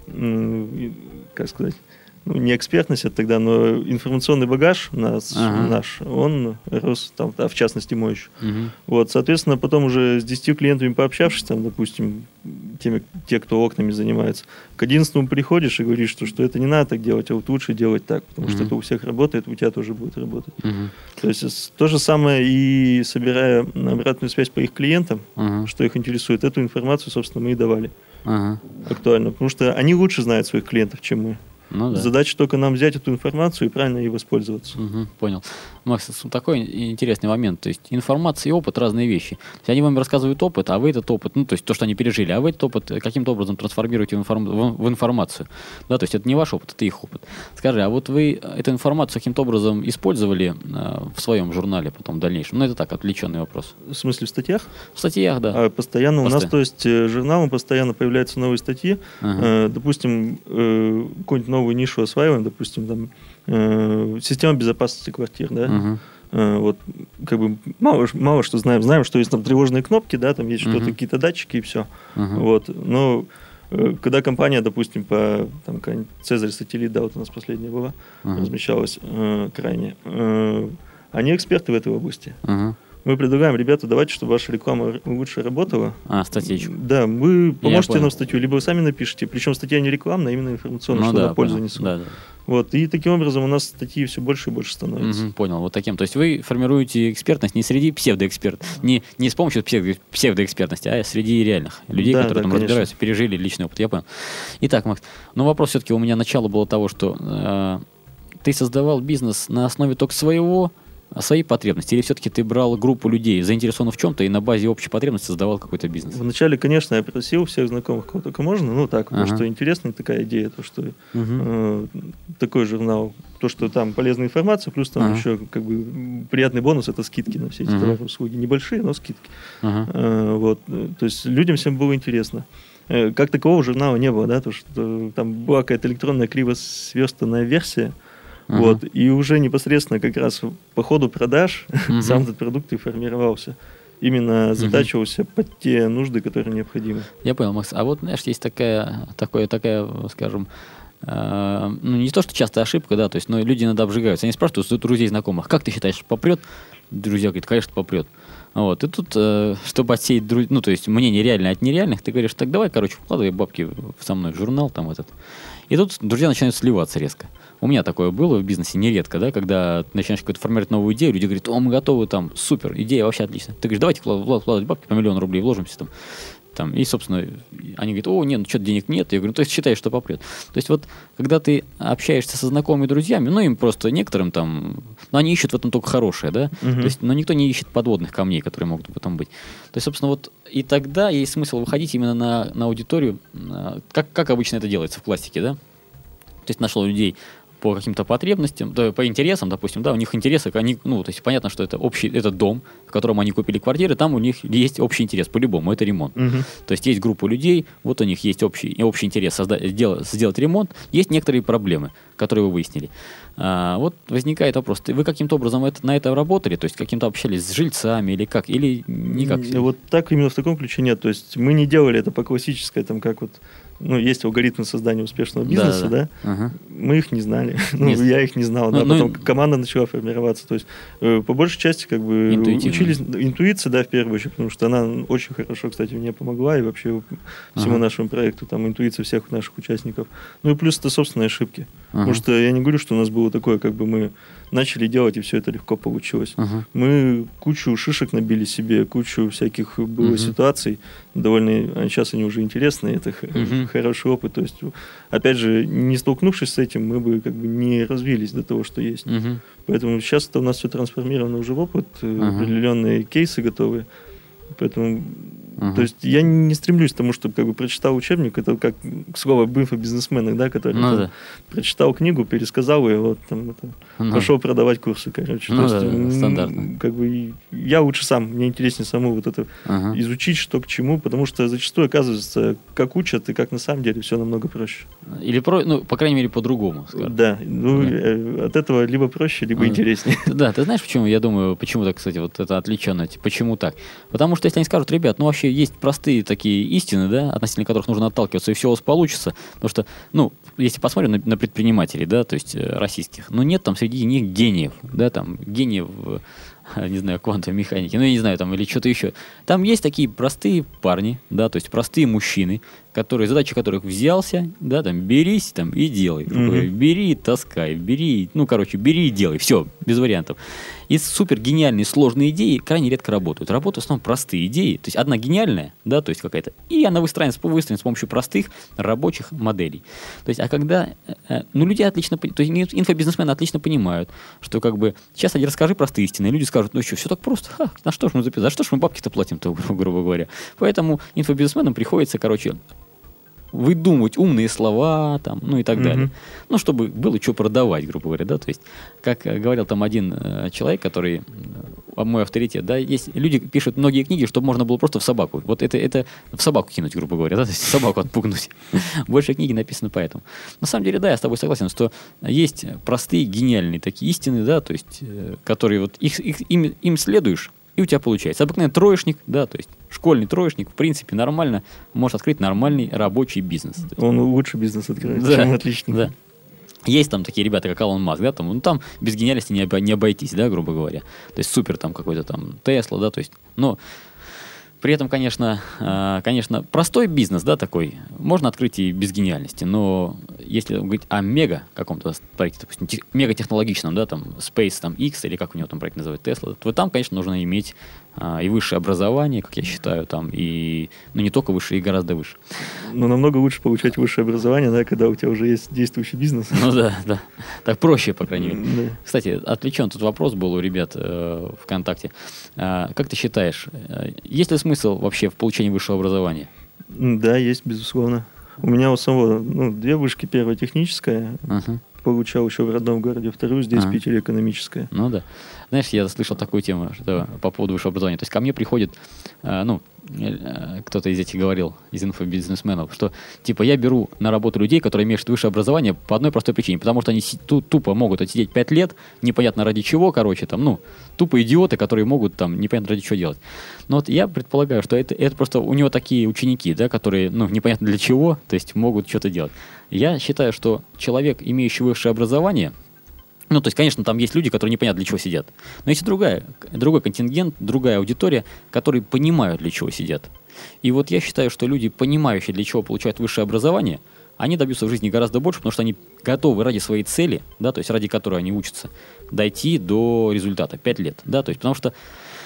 D: э, как сказать, ну, не экспертность это тогда, но информационный багаж нас, ага. наш, он рос, там, да, в частности, мой еще. Угу. Вот, соответственно, потом уже с десятью клиентами пообщавшись, там, допустим, теми, те, кто окнами занимается, к одиннадцатому приходишь и говоришь, что, что это не надо так делать, а вот лучше делать так, потому угу. что это у всех работает, у тебя тоже будет работать. Угу. То есть то же самое и собирая обратную связь по их клиентам, угу. что их интересует, эту информацию, собственно, мы и давали. Угу. Актуально, потому что они лучше знают своих клиентов, чем мы. Ну, да. Задача только нам взять эту информацию и правильно ей воспользоваться.
C: Угу, понял. Макс, такой интересный момент. То есть информация и опыт — разные вещи. То есть они вам рассказывают опыт, а вы этот опыт, ну, то есть то, что они пережили, а вы этот опыт каким-то образом трансформируете в, информ... в информацию. Да, то есть это не ваш опыт, это их опыт. Скажи, а вот вы эту информацию каким-то образом использовали э, в своем журнале потом в дальнейшем? Ну, это так, отвлеченный вопрос.
D: В смысле, в статьях?
C: В статьях, да.
D: А, постоянно Постоянно. У нас, то есть, журналом постоянно появляются новые статьи. Ага. Э, допустим, э, какую-нибудь новую нишу осваиваем, допустим, там, э, система безопасности квартир, да, uh-huh. э, вот, как бы, мало, мало что знаем, знаем, что есть там тревожные кнопки, да, там есть uh-huh. что-то, какие-то датчики и все, uh-huh. вот, но э, когда компания, допустим, по, там, Цезарь Сателлит, да, вот у нас последняя была, uh-huh. размещалась э, крайне, э, они эксперты в этой области. Uh-huh. Мы предлагаем, ребята, давайте, чтобы ваша реклама лучше работала.
C: А, статейку.
D: Да, вы поможете нам статью, либо вы сами напишите. Причем статья не рекламная, а именно информационная, ну, что да, на пользу несут. Да, да. Вот, и таким образом у нас статьи все больше и больше становятся.
C: Угу, понял, вот таким. То есть вы формируете экспертность не среди псевдоэкспертов, не, не с помощью псевдоэкспертности, а среди реальных людей, да, которые да, там конечно. разбираются, пережили личный опыт. Я понял. Итак, Макс, ну вопрос все-таки у меня начало было того, что э, ты создавал бизнес на основе только своего, своей потребности, или все-таки ты брал группу людей, заинтересованных в чем-то, и на базе общей потребности создавал какой-то бизнес?
D: Вначале, конечно, я просил всех знакомых, кого только можно, ну так, ага. потому что интересная такая идея, то, что угу. э, такой журнал, то, что там полезная информация, плюс там ага. еще как бы приятный бонус — это скидки на все эти ага. товары и услуги. Небольшие, но скидки. Ага. Э, вот, то есть людям всем было интересно. Э, как такового журнала не было, да, то, что там была какая-то электронная криво сверстанная версия. Uh-huh. Вот, и уже непосредственно как раз по ходу продаж uh-huh. сам этот продукт и формировался. Именно затачивался uh-huh. под те нужды, которые необходимы.
C: Я понял, Макс. А вот, знаешь, есть такая, такое, такая, скажем, э, ну, не то, что частая ошибка, да, то есть, но люди иногда обжигаются. Они спрашивают у друзей, знакомых: как ты считаешь, попрет? Друзья говорят: конечно, попрет. Вот. И тут, э, чтобы отсеять, ну, то есть мнение реальное от нереальных, ты говоришь, так давай, короче, вкладывай бабки со мной в журнал там этот. И тут друзья начинают сливаться резко. У меня такое было в бизнесе нередко, да, когда ты начинаешь какую-то формировать новую идею, люди говорят, о, мы готовы, там, супер, идея вообще отлично. Ты говоришь, давайте вкладывать бабки по миллиону рублей, вложимся там. Там, и, собственно, они говорят, о, нет, ну что-то денег нет. Я говорю, ну, то есть считаешь, что попрет. То есть вот, когда ты общаешься со знакомыми друзьями, ну, им просто некоторым там, ну, они ищут в этом только хорошее, да, uh-huh. то есть, но никто не ищет подводных камней, которые могут потом быть. То есть, собственно, вот и тогда есть смысл выходить именно на, на аудиторию, как, как обычно это делается в классике, да. То есть нашел людей по каким-то потребностям, да, по интересам, допустим, да, у них интересы, они, ну, то есть понятно, что это общий, это дом, в котором они купили квартиры, там у них есть общий интерес, по-любому, это ремонт. Угу. То есть есть группа людей, вот у них есть общий, общий интерес создать, сделать, сделать ремонт, есть некоторые проблемы, которые вы выяснили. А, вот возникает вопрос, вы каким-то образом это, на это работали, то есть каким-то общались с жильцами или как, или никак?
D: Вот так именно в таком ключе нет, то есть мы не делали это по классической, там как вот, ну, есть алгоритмы создания успешного бизнеса, да, да? да? Ага. Мы их не знали, ну, я их не знал, ну, да, потом ну, команда начала формироваться, то есть э, по большей части как бы учились, интуиция, да, в первую очередь, потому что она очень хорошо, кстати, мне помогла и вообще всему ага. нашему проекту, там, интуиция всех наших участников, ну и плюс это собственные ошибки, ага. потому что я не говорю, что у нас было такое, как бы мы начали делать, и все это легко получилось. Uh-huh. Мы кучу шишек набили себе, кучу всяких было uh-huh. ситуаций, довольно, сейчас они уже интересные, это uh-huh. хороший опыт. То есть, опять же, не столкнувшись с этим, мы бы как бы не развились до того, что есть. Uh-huh. Поэтому сейчас это у нас все трансформировано уже в опыт, uh-huh. определенные кейсы готовы. Поэтому, uh-huh. то есть я не стремлюсь к тому, чтобы как бы прочитал учебник, это как слово об инфобизнесменах, да, который
C: ну,
D: там,
C: да.
D: прочитал книгу, пересказал и вот там это, ну, пошел продавать курсы, короче.
C: Ну,
D: то
C: да,
D: есть,
C: стандартно.
D: Как бы я лучше сам, мне интереснее саму вот это uh-huh. изучить, что к чему, потому что зачастую оказывается, как учат и как на самом деле все намного проще.
C: Или про, ну, по крайней мере, по-другому. Скажем.
D: Да, ну да. От этого либо проще, либо uh-huh. интереснее.
C: Да, ты знаешь, почему? Я думаю, почему так, кстати, вот это отвлеченность, почему так? Потому что если они скажут, ребят, ну вообще есть простые такие истины, да, относительно которых нужно отталкиваться, и все у вас получится, потому что, ну, если посмотрим на, на предпринимателей, да, то есть э, российских, ну нет там среди них гениев, да, там гениев, э, не знаю, квантовой механики, ну я не знаю, там или что-то еще. Там есть такие простые парни, да, то есть простые мужчины, которые, задача которых взялся, да, там, берись там и делай. Mm-hmm. Бери и таскай, бери, ну, короче, бери и делай, все, без вариантов. И супер гениальные, сложные идеи крайне редко работают. Работают в основном простые идеи, то есть одна гениальная, да, то есть какая-то, и она выстраивается, выстроена с помощью простых рабочих моделей. То есть, а когда, ну, люди отлично, то есть инфобизнесмены отлично понимают, что как бы, сейчас один расскажи простые истины, и люди скажут, ну что, все так просто, Ха, на что ж мы записали, за что ж мы бабки-то платим-то, грубо говоря. Поэтому инфобизнесменам приходится, короче, выдумывать умные слова, там, ну и так mm-hmm. далее. Ну, чтобы было что продавать, грубо говоря, да, то есть, как говорил там один э, человек, который, э, мой авторитет, да, есть люди пишут многие книги, чтобы можно было просто в собаку, вот это, это в собаку кинуть, грубо говоря, да, то есть собаку отпугнуть. Больше книги написаны поэтому. На самом деле, да, я с тобой согласен, что есть простые, гениальные такие истины, да, то есть, э, которые вот, их, их, им, им следуешь, и у тебя получается. Обыкновенный троечник, да, то есть школьный троечник, в принципе, нормально может открыть нормальный рабочий бизнес.
D: Он лучше бизнес открывает, да, чем отличник.
C: Да. Есть там такие ребята, как Илон Маск, да, там, ну там без гениальности не, обо, не обойтись, да, грубо говоря. То есть супер там какой-то там Тесла, да, то есть, но при этом, конечно, э, конечно, простой бизнес, да, такой, можно открыть и без гениальности, но если говорить о мега каком-то проекте, допустим, те, мегатехнологичном, да, там, Space, там, X, или как у него там проект называют, Tesla, то там, конечно, нужно иметь э, и высшее образование, как я считаю, там, и, ну, не только выше, и гораздо выше.
D: Но намного лучше получать высшее образование, да, когда у тебя уже есть действующий бизнес.
C: Ну да, да. Так проще, по крайней мере. Да. Кстати, отвлечен тут вопрос был у ребят э, ВКонтакте. Э, как ты считаешь, э, есть ли смысл вообще в получении высшего образования?
D: Да, есть, безусловно. У меня у самого, ну, две вышки, первая техническая, uh-huh. получал еще в родном городе, вторую здесь, uh-huh. в Питере, экономическая.
C: Ну да. Знаешь, я слышал такую тему, что по поводу высшего образования. То есть ко мне приходит, э, ну, э, кто-то из этих говорил, из инфобизнесменов, что типа я беру на работу людей, которые имеют высшее образование по одной простой причине, потому что они тупо могут отсидеть пять лет, непонятно ради чего, короче, там, ну, тупо идиоты, которые могут там непонятно ради чего делать. Но вот я предполагаю, что это, это просто у него такие ученики, да, которые, ну, непонятно для чего, то есть могут что-то делать. Я считаю, что человек, имеющий высшее образование, Ну, то есть, конечно, там есть люди, которые непонятно для чего сидят. Но есть и другая, другой контингент, другая аудитория, которые понимают, для чего сидят. И вот я считаю, что люди, понимающие, для чего получают высшее образование, они добьются в жизни гораздо больше, потому что они готовы ради своей цели, да, то есть ради которой они учатся, дойти до результата. Пять лет. Да, то есть, потому что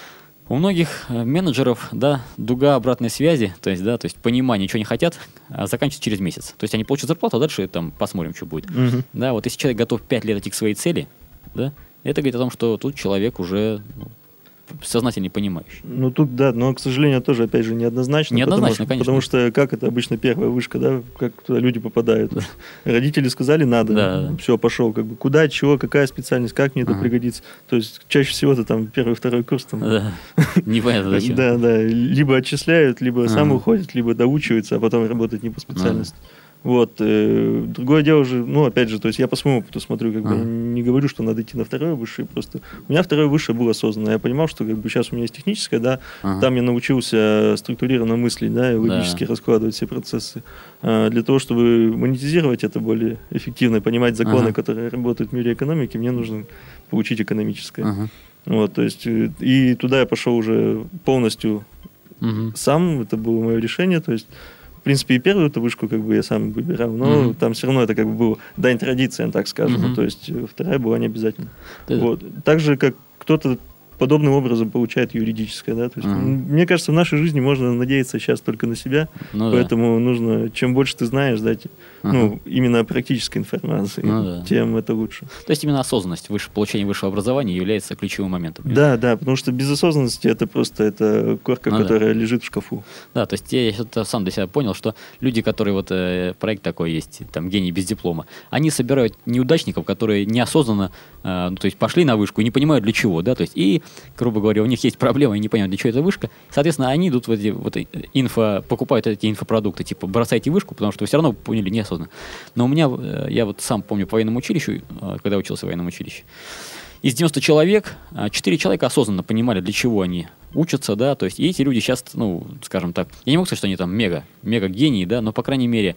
C: у многих менеджеров, да, дуга обратной связи, то есть, да, то есть понимание, ничего не хотят, а заканчивается через месяц. То есть они получат зарплату, а дальше там посмотрим, что будет. Угу. Да, вот если человек готов пять лет идти к своей цели, да, это говорит о том, что тут человек уже, ну, сознательно понимающий.
D: Ну тут да, но, к сожалению, тоже, опять же, неоднозначно.
C: Неоднозначно,
D: потому,
C: конечно.
D: Потому что как это обычно первая вышка, да, как туда люди попадают. Родители сказали, надо,
C: да.
D: Все, пошел. Как бы, куда, чего, какая специальность, как мне это ага. пригодится. То есть чаще всего это там первый, второй курс. Там,
C: да. Непонятно зачем.
D: Да, да. Либо отчисляют, либо ага. сам уходит, либо доучивается, а потом работает не по специальности. Ага. Вот. Э, другое дело же, ну, опять же, то есть я по своему опыту смотрю, как а. бы не говорю, что надо идти на второе высшее, просто у меня второе высшее было осознанно. Я понимал, что как бы сейчас у меня есть техническое, да, а. там я научился структурированно мыслить, да, и логически да. раскладывать все процессы. А, для того, чтобы монетизировать это более эффективно, понимать законы, а. которые работают в мире экономики, мне нужно получить экономическое. А. Вот, то есть, и туда я пошел уже полностью угу. сам, это было мое решение, то есть в принципе, и первую эту вышку как бы я сам выбирал, но mm-hmm. там все равно это как бы было дань традициям, так скажем. Mm-hmm. То есть вторая была не обязательно. Mm-hmm. Вот. Так же, как кто-то подобным образом получает юридическое. Да? То есть, mm-hmm. мне кажется, в нашей жизни можно надеяться сейчас только на себя, ну, поэтому да. нужно, чем больше ты знаешь, да, uh-huh. ну, именно практической информации, ну, да. тем это лучше.
C: То есть именно осознанность, выше, получение высшего образования является ключевым моментом.
D: Да, да, потому что без осознанности это просто это корка, ну, которая да. лежит в шкафу.
C: Да, то есть я что-то сам для себя понял, что люди, которые вот э, проект такой есть, там гений без диплома, они собирают неудачников, которые неосознанно, э, ну, то есть пошли на вышку и не понимают для чего, да, то есть и грубо говоря, у них есть проблема, и не понимают, для чего эта вышка. Соответственно, они идут в эти вот инфо, покупают эти инфопродукты, типа бросайте вышку, потому что вы все равно поняли неосознанно. Но у меня, я вот сам помню по военному училищу, когда учился в военном училище, из девяноста человек, четыре человека осознанно понимали, для чего они учатся, да, то есть и эти люди сейчас, ну, скажем так, я не могу сказать, что они там мега, мега гении, да, но, по крайней мере,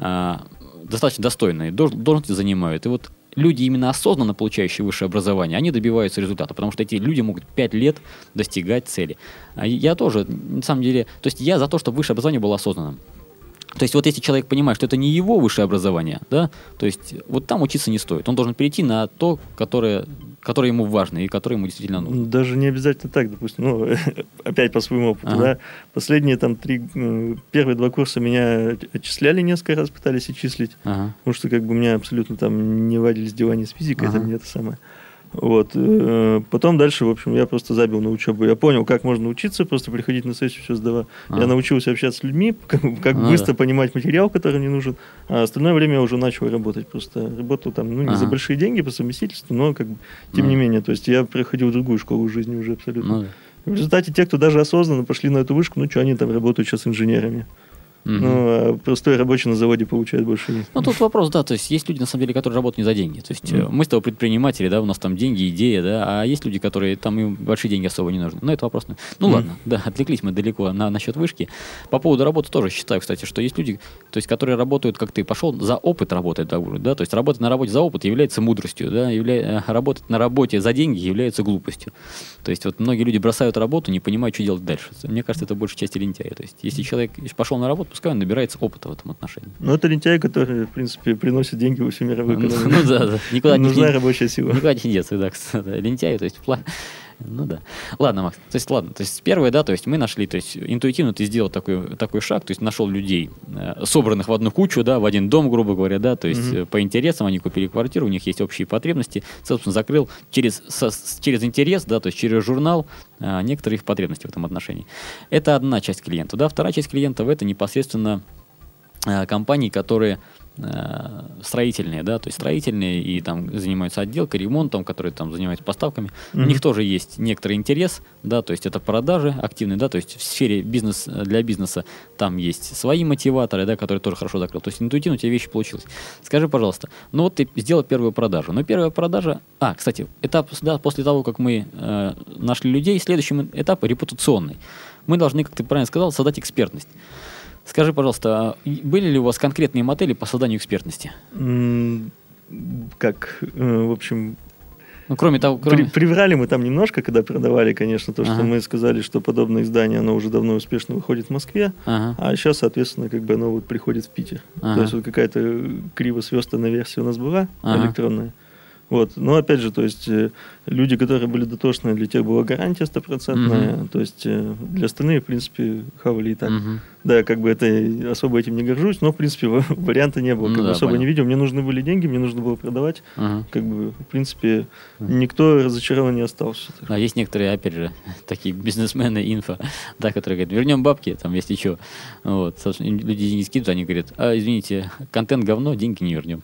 C: достаточно достойные должности занимают. И вот люди, именно осознанно получающие высшее образование, они добиваются результата, потому что эти люди могут пять лет достигать цели. Я тоже, на самом деле, то есть я за то, чтобы высшее образование было осознанным. То есть вот если человек понимает, что это не его высшее образование, да, то есть вот там учиться не стоит. Он должен перейти на то, которое, которое ему важно и которое ему действительно нужно.
D: Даже не обязательно так, допустим. Ну, опять по своему опыту, ага. да. Последние там три, первые два курса меня отчисляли несколько раз, пытались отчислить, ага. потому что как бы у меня абсолютно там не ладились дела ни с физикой, ага. это не это самое. Вот. Потом дальше, в общем, я просто забил на учебу. Я понял, как можно учиться, просто приходить на сессию, все сдавать. А. Я научился общаться с людьми, как, как а, быстро да. понимать материал, который мне нужен. А остальное время я уже начал работать. Просто работал там, ну, не ага. за большие деньги, по совместительству, но как бы, тем а. не менее. То есть я приходил в другую школу жизни уже абсолютно. А. В результате те, кто даже осознанно пошли на эту вышку, ну что, они там работают сейчас инженерами. Mm-hmm. Ну, а простой рабочий на заводе получает больше.
C: Ну, тут вопрос, да, то есть есть люди, на самом деле, которые работают не за деньги. То есть mm-hmm. мы с тобой предприниматели, да, у нас там деньги, идея, да, а есть люди, которые, там им большие деньги особо не нужны. Ну, это вопрос. Ну, mm-hmm. ладно, да, отвлеклись мы далеко на, насчет вышки. По поводу работы тоже считаю, кстати, что есть люди, то есть, которые работают, как ты пошел, за опыт работать, да, да, то есть работать на работе за опыт является мудростью, да, явля... работать на работе за деньги является глупостью. То есть вот многие люди бросают работу, не понимают, что делать дальше. Мне кажется, это большая часть лентяя. То есть если человек пошел на работу, пускай он набирается опыта в этом отношении.
D: Ну, это лентяй, который, в принципе, приносит деньги во всю мировую экономику.
C: Ну да, да. Никуда
D: нужна рабочая сила.
C: Никуда не деться, да, лентяй, то есть ну да. Ладно, Макс, то есть ладно, то есть первое, да, то есть мы нашли, то есть интуитивно ты сделал такой, такой шаг, то есть нашел людей, собранных в одну кучу, да, в один дом, грубо говоря, да, то есть mm-hmm. по интересам они купили квартиру, у них есть общие потребности, собственно, закрыл через, со, через интерес, да, то есть через журнал а, некоторые их потребности в этом отношении. Это одна часть клиента, да, вторая часть клиентов это непосредственно а, компании, которые строительные, да, то есть строительные и там занимаются отделкой, ремонтом, которые там занимаются поставками. Mm-hmm. У них тоже есть некоторый интерес, да, то есть это продажи активные, да, то есть в сфере бизнес для бизнеса там есть свои мотиваторы, да, которые тоже хорошо закрыл. То есть интуитивно у тебя вещи получилось. Скажи, пожалуйста, ну вот ты сделал первую продажу, но первая продажа, а, кстати, этап, да, после того, как мы э, нашли людей, следующий этап репутационный. Мы должны, как ты правильно сказал, создать экспертность. Скажи, пожалуйста, были ли у вас конкретные модели по созданию экспертности?
D: Как, в общем,
C: Ну, кроме того, кроме...
D: При, приврали мы там немножко, когда продавали, конечно, то, что ага. мы сказали, что подобное издание, оно уже давно успешно выходит в Москве, ага. а сейчас, соответственно, как бы оно вот приходит в Питер. Ага. То есть вот какая-то криво сверстанная версия у нас была, ага. электронная. Вот. Но опять же, то есть люди, которые были дотошные, для тех была гарантия стопроцентная, uh-huh. то есть для остальных, в принципе, хавали и так. Uh-huh. Да, как бы это особо этим не горжусь, но, в принципе, варианта не было. Как ну, бы да, особо понял. Не видел. Мне нужны были деньги, мне нужно было продавать. Uh-huh. Как бы, в принципе, uh-huh. никто разочарован не остался.
C: А есть некоторые, опять же, такие бизнесмены, инфо, да, которые говорят, вернем бабки, там, если что. Вот. Люди деньги скидывают, они говорят, а, извините, контент говно, деньги не вернем.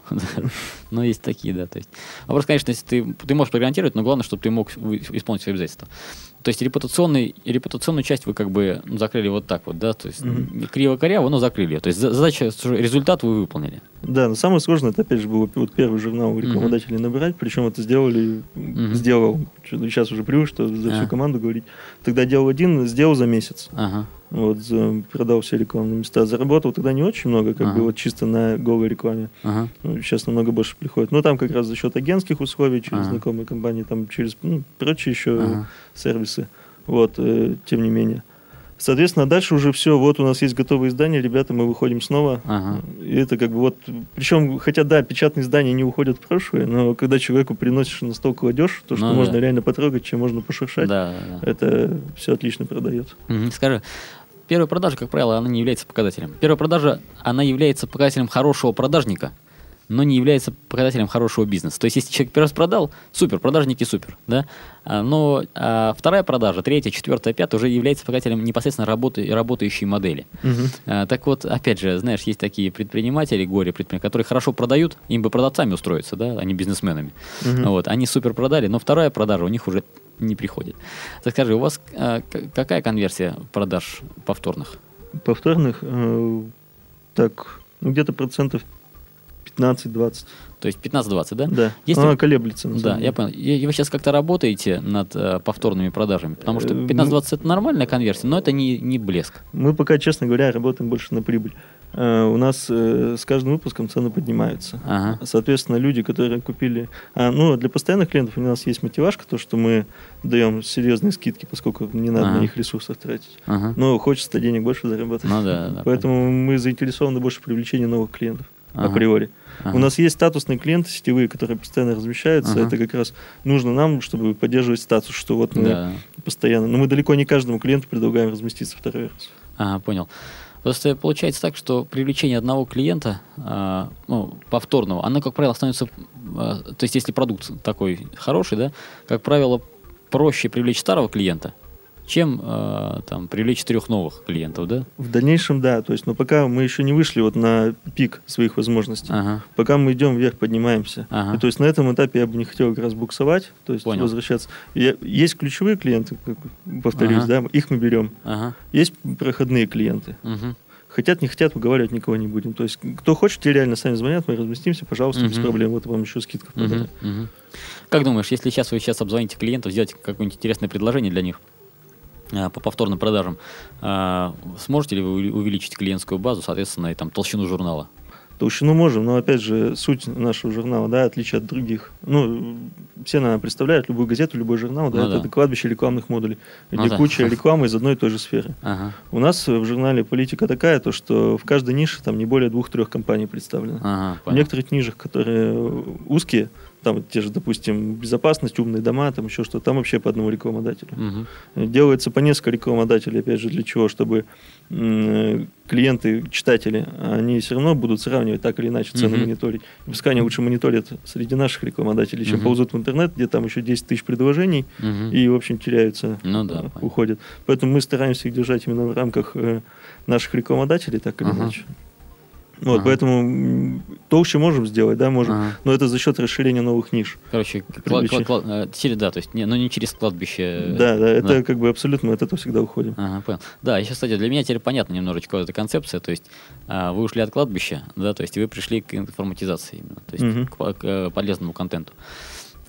C: Но есть такие, да, то есть. Вопрос, конечно, если ты, ты можешь прогарантировать, но главное, чтобы ты мог исполнить свои обязательства. То есть репутационный, репутационную часть вы как бы закрыли вот так вот, да, то есть mm-hmm. криво-коряво, но закрыли. То есть задача, результат вы выполнили.
D: Да, но самое сложное, это опять же было вот первый журнал рекламодателей mm-hmm. набирать, причем это сделали, mm-hmm. сделал, сейчас уже привык, что за всю команду говорить. Тогда делал один, сделал за месяц. Ага. Вот, продал все рекламные места. Заработал тогда не очень много, как ага. бы вот чисто на голой рекламе. Ага. Ну, сейчас намного больше приходит. Но там как раз за счет агентских условий, через ага. знакомые компании, там через ну, прочие еще ага. сервисы. Вот, э, тем не менее. Соответственно, дальше уже все, вот у нас есть готовые издания, ребята, мы выходим снова. Ага. И это как бы вот, причем, хотя да, печатные издания не уходят в прошлое, но когда человеку приносишь на стол, кладешь, то, что ну, можно да. реально потрогать, чем можно пошуршать, да, да. это все отлично продает.
C: Угу. Скажи, первая продажа, как правило, она не является показателем. Первая продажа, она является показателем хорошего продажника, но не является показателем хорошего бизнеса. То есть, если человек первый раз продал, супер, продажники супер, да? Но а вторая продажа, третья, четвертая, пятая уже является показателем непосредственно работы, работающей модели. Угу. А, так вот, опять же, знаешь, есть такие предприниматели, горе-предприниматели, которые хорошо продают, им бы продавцами устроиться, да, а не бизнесменами. Угу. Вот, они супер продали, но вторая продажа у них уже не приходит. Так скажи, у вас а, какая конверсия продаж повторных?
D: Повторных? Э, так, ну, где-то процентов пятнадцать-двадцать.
C: То есть пятнадцать-двадцать, да?
D: Да,
C: если...
D: она колеблется.
C: Да, я понял. И вы сейчас как-то работаете над э, повторными продажами? Потому что пятнадцать-двадцать это нормальная конверсия, но это не, не блеск.
D: Мы пока, честно говоря, работаем больше на прибыль. Uh, у нас uh, с каждым выпуском цены поднимаются. Ага. Соответственно, люди, которые купили... А, ну, для постоянных клиентов у нас есть мотивашка, то, что мы даем серьезные скидки, поскольку не надо ага. на них ресурсов тратить. Ага. Но хочется денег больше заработать. Ну, да, да, поэтому понятно. Мы заинтересованы больше в привлечении новых клиентов. Ага. Априори. Ага. У нас есть статусные клиенты сетевые, которые постоянно размещаются. Ага. Это как раз нужно нам, чтобы поддерживать статус, что вот мы да. постоянно... Но мы далеко не каждому клиенту предлагаем разместиться второй раз.
C: Ага, понял. Просто получается так, что привлечение одного клиента, э, ну, повторного, оно, как правило, становится... Э, то есть, если продукт такой хороший, да, как правило, проще привлечь старого клиента, чем э, там, привлечь четырех новых клиентов, да?
D: В дальнейшем, да. То есть, но пока мы еще не вышли вот на пик своих возможностей. Ага. Пока мы идем вверх, поднимаемся. Ага. И, то есть, на этом этапе я бы не хотел как раз буксовать, то есть, Понял. возвращаться. Я, есть ключевые клиенты, как, повторюсь, ага. да, их мы берем. Ага. Есть проходные клиенты. Угу. Хотят, не хотят, уговаривать никого не будем. То есть, кто хочет, те реально сами звонят, мы разместимся, пожалуйста, uh-huh. без проблем. Вот вам еще скидка. Uh-huh. Uh-huh.
C: Как думаешь, если сейчас вы сейчас обзвоните клиентов, сделать какое-нибудь интересное предложение для них а, по повторным продажам, а, сможете ли вы увеличить клиентскую базу, соответственно, и там толщину журнала?
D: Толщину можем, но, опять же, суть нашего журнала, да, отличие от других. Ну, все, наверное, представляют любую газету, любой журнал, да, ну, это, да. это кладбище рекламных модулей, где ну, куча да. рекламы из одной и той же сферы. Ага. У нас в журнале политика такая, то, что в каждой нише там не более двух-трех компаний представлено. Ага, в некоторых нишах, которые узкие, там те же, допустим, безопасность, умные дома, там еще что-то, там вообще по одному рекламодателю. Угу. Делается по несколько рекламодателей, опять же, для чего? Чтобы м- клиенты, читатели, они все равно будут сравнивать так или иначе цены угу. мониторить. И пускай они лучше мониторят среди наших рекламодателей, чем угу. ползут в интернет, где там еще десять тысяч предложений, угу. и, в общем, теряются, ну, да, уходят. Поэтому мы стараемся их держать именно в рамках э, наших рекламодателей, так или ага. иначе. Вот, ага. поэтому толще можем сделать, да, можем, ага. но это за счет расширения новых ниш.
C: Короче, кла- кла- кла- через, да, то есть, не, но не через кладбище.
D: Да, да, это да. как бы абсолютно мы от этого всегда уходим.
C: Ага, понял. Да, еще, кстати, для меня теперь понятно немножечко эта концепция, то есть а, вы ушли от кладбища, да, то есть вы пришли к информатизации именно, то есть угу. к, к полезному контенту.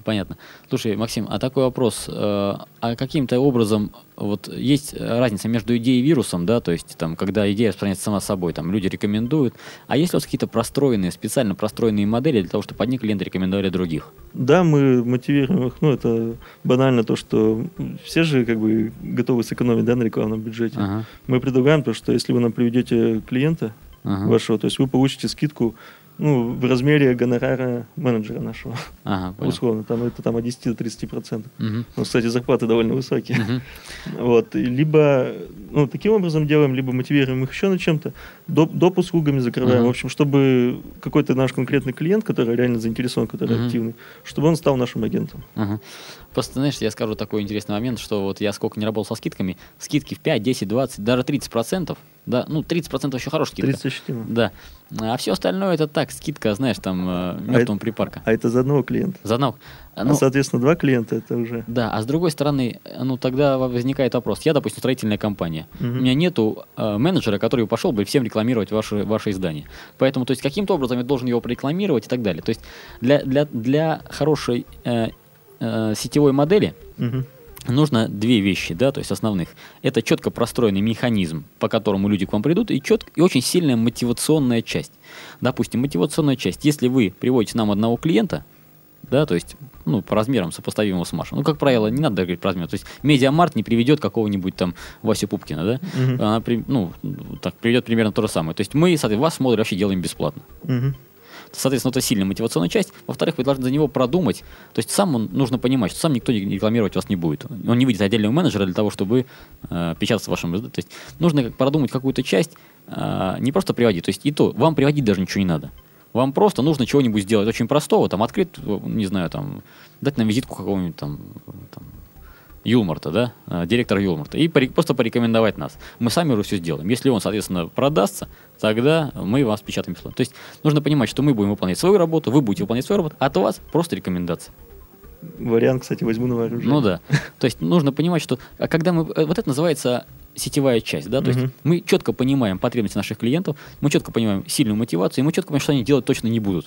C: Понятно. Слушай, Максим, а такой вопрос. А каким-то образом вот есть разница между идеей и вирусом, да, то есть там, когда идея распространяется сама собой, там люди рекомендуют, а есть ли у вас какие-то простроенные, специально простроенные модели для того, чтобы одни клиенты рекомендовали других?
D: Да, мы мотивируем их, ну, это банально то, что все же как бы готовы сэкономить, да, на рекламном бюджете. Ага. Мы предлагаем то, что если вы нам приведете клиента ага. вашего, то есть вы получите скидку, ну, в размере гонорара менеджера нашего. Ага, условно, там это там от десяти до тридцати процентов. Угу. Ну, кстати, зарплаты довольно высокие. Угу. Вот. Либо, ну, таким образом делаем, либо мотивируем их еще на чем-то, доп, доп. Услугами закрываем. Угу. В общем, чтобы какой-то наш конкретный клиент, который реально заинтересован, который угу. активный, чтобы он стал нашим агентом.
C: Угу. Просто, знаешь, я скажу такой интересный момент, что вот я сколько не работал со скидками, скидки в пять, десять, двадцать, даже тридцать процентов, да, ну, тридцать процентов еще хорошая скидка.
D: тридцать ощутимо.
C: Да. А все остальное это так, скидка, знаешь, там, мертвому а припарка.
D: А это за одного клиента.
C: За одного.
D: Ну, а, соответственно, два клиента это уже...
C: Да, а с другой стороны, ну, тогда возникает вопрос. Я, допустим, строительная компания. Угу. У меня нету э, менеджера, который пошел бы всем рекламировать ваше, ваше издание. Поэтому, то есть, каким-то образом я должен его прорекламировать и так далее. То есть, для, для, для хорошей э, э, сетевой модели... Угу. Нужно две вещи, да, то есть основных. Это четко простроенный механизм, по которому люди к вам придут, и, четко, и очень сильная мотивационная часть. Допустим, мотивационная часть. Если вы приводите нам одного клиента, да, то есть, ну, по размерам сопоставимого с Машей. Ну, как правило, не надо говорить про размер. То есть, Медиамарт не приведет какого-нибудь там Васю Пупкина, да? Uh-huh. Она, при, ну, так, приведет примерно то же самое. То есть, мы, соответственно, вас модуль вообще делаем бесплатно. Uh-huh. Соответственно, это сильная мотивационная часть. Во-вторых, вы должны за него продумать. То есть сам он, нужно понимать, что сам никто рекламировать вас не будет. Он не выйдет отдельного менеджера для того, чтобы э, печататься в вашем... То есть нужно продумать какую-то часть, э, не просто приводить. То есть и то, вам приводить даже ничего не надо. Вам просто нужно чего-нибудь сделать очень простого, там, открыть, не знаю, там, дать нам визитку какого-нибудь там, там Юлмарта, да, а, директор Юлмарта, и пори- просто порекомендовать нас. Мы сами уже все сделаем. Если он, соответственно, продастся, тогда мы вас печатаем бесплатно. То есть нужно понимать, что мы будем выполнять свою работу, вы будете выполнять свою работу, а от вас просто рекомендация.
D: Вариант, кстати, возьму на вооружение.
C: Ну да. То есть нужно понимать, что а когда мы... Вот это называется сетевая часть, да, то uh-huh. есть мы четко понимаем потребности наших клиентов, мы четко понимаем сильную мотивацию, и мы четко понимаем, что они делать точно не будут.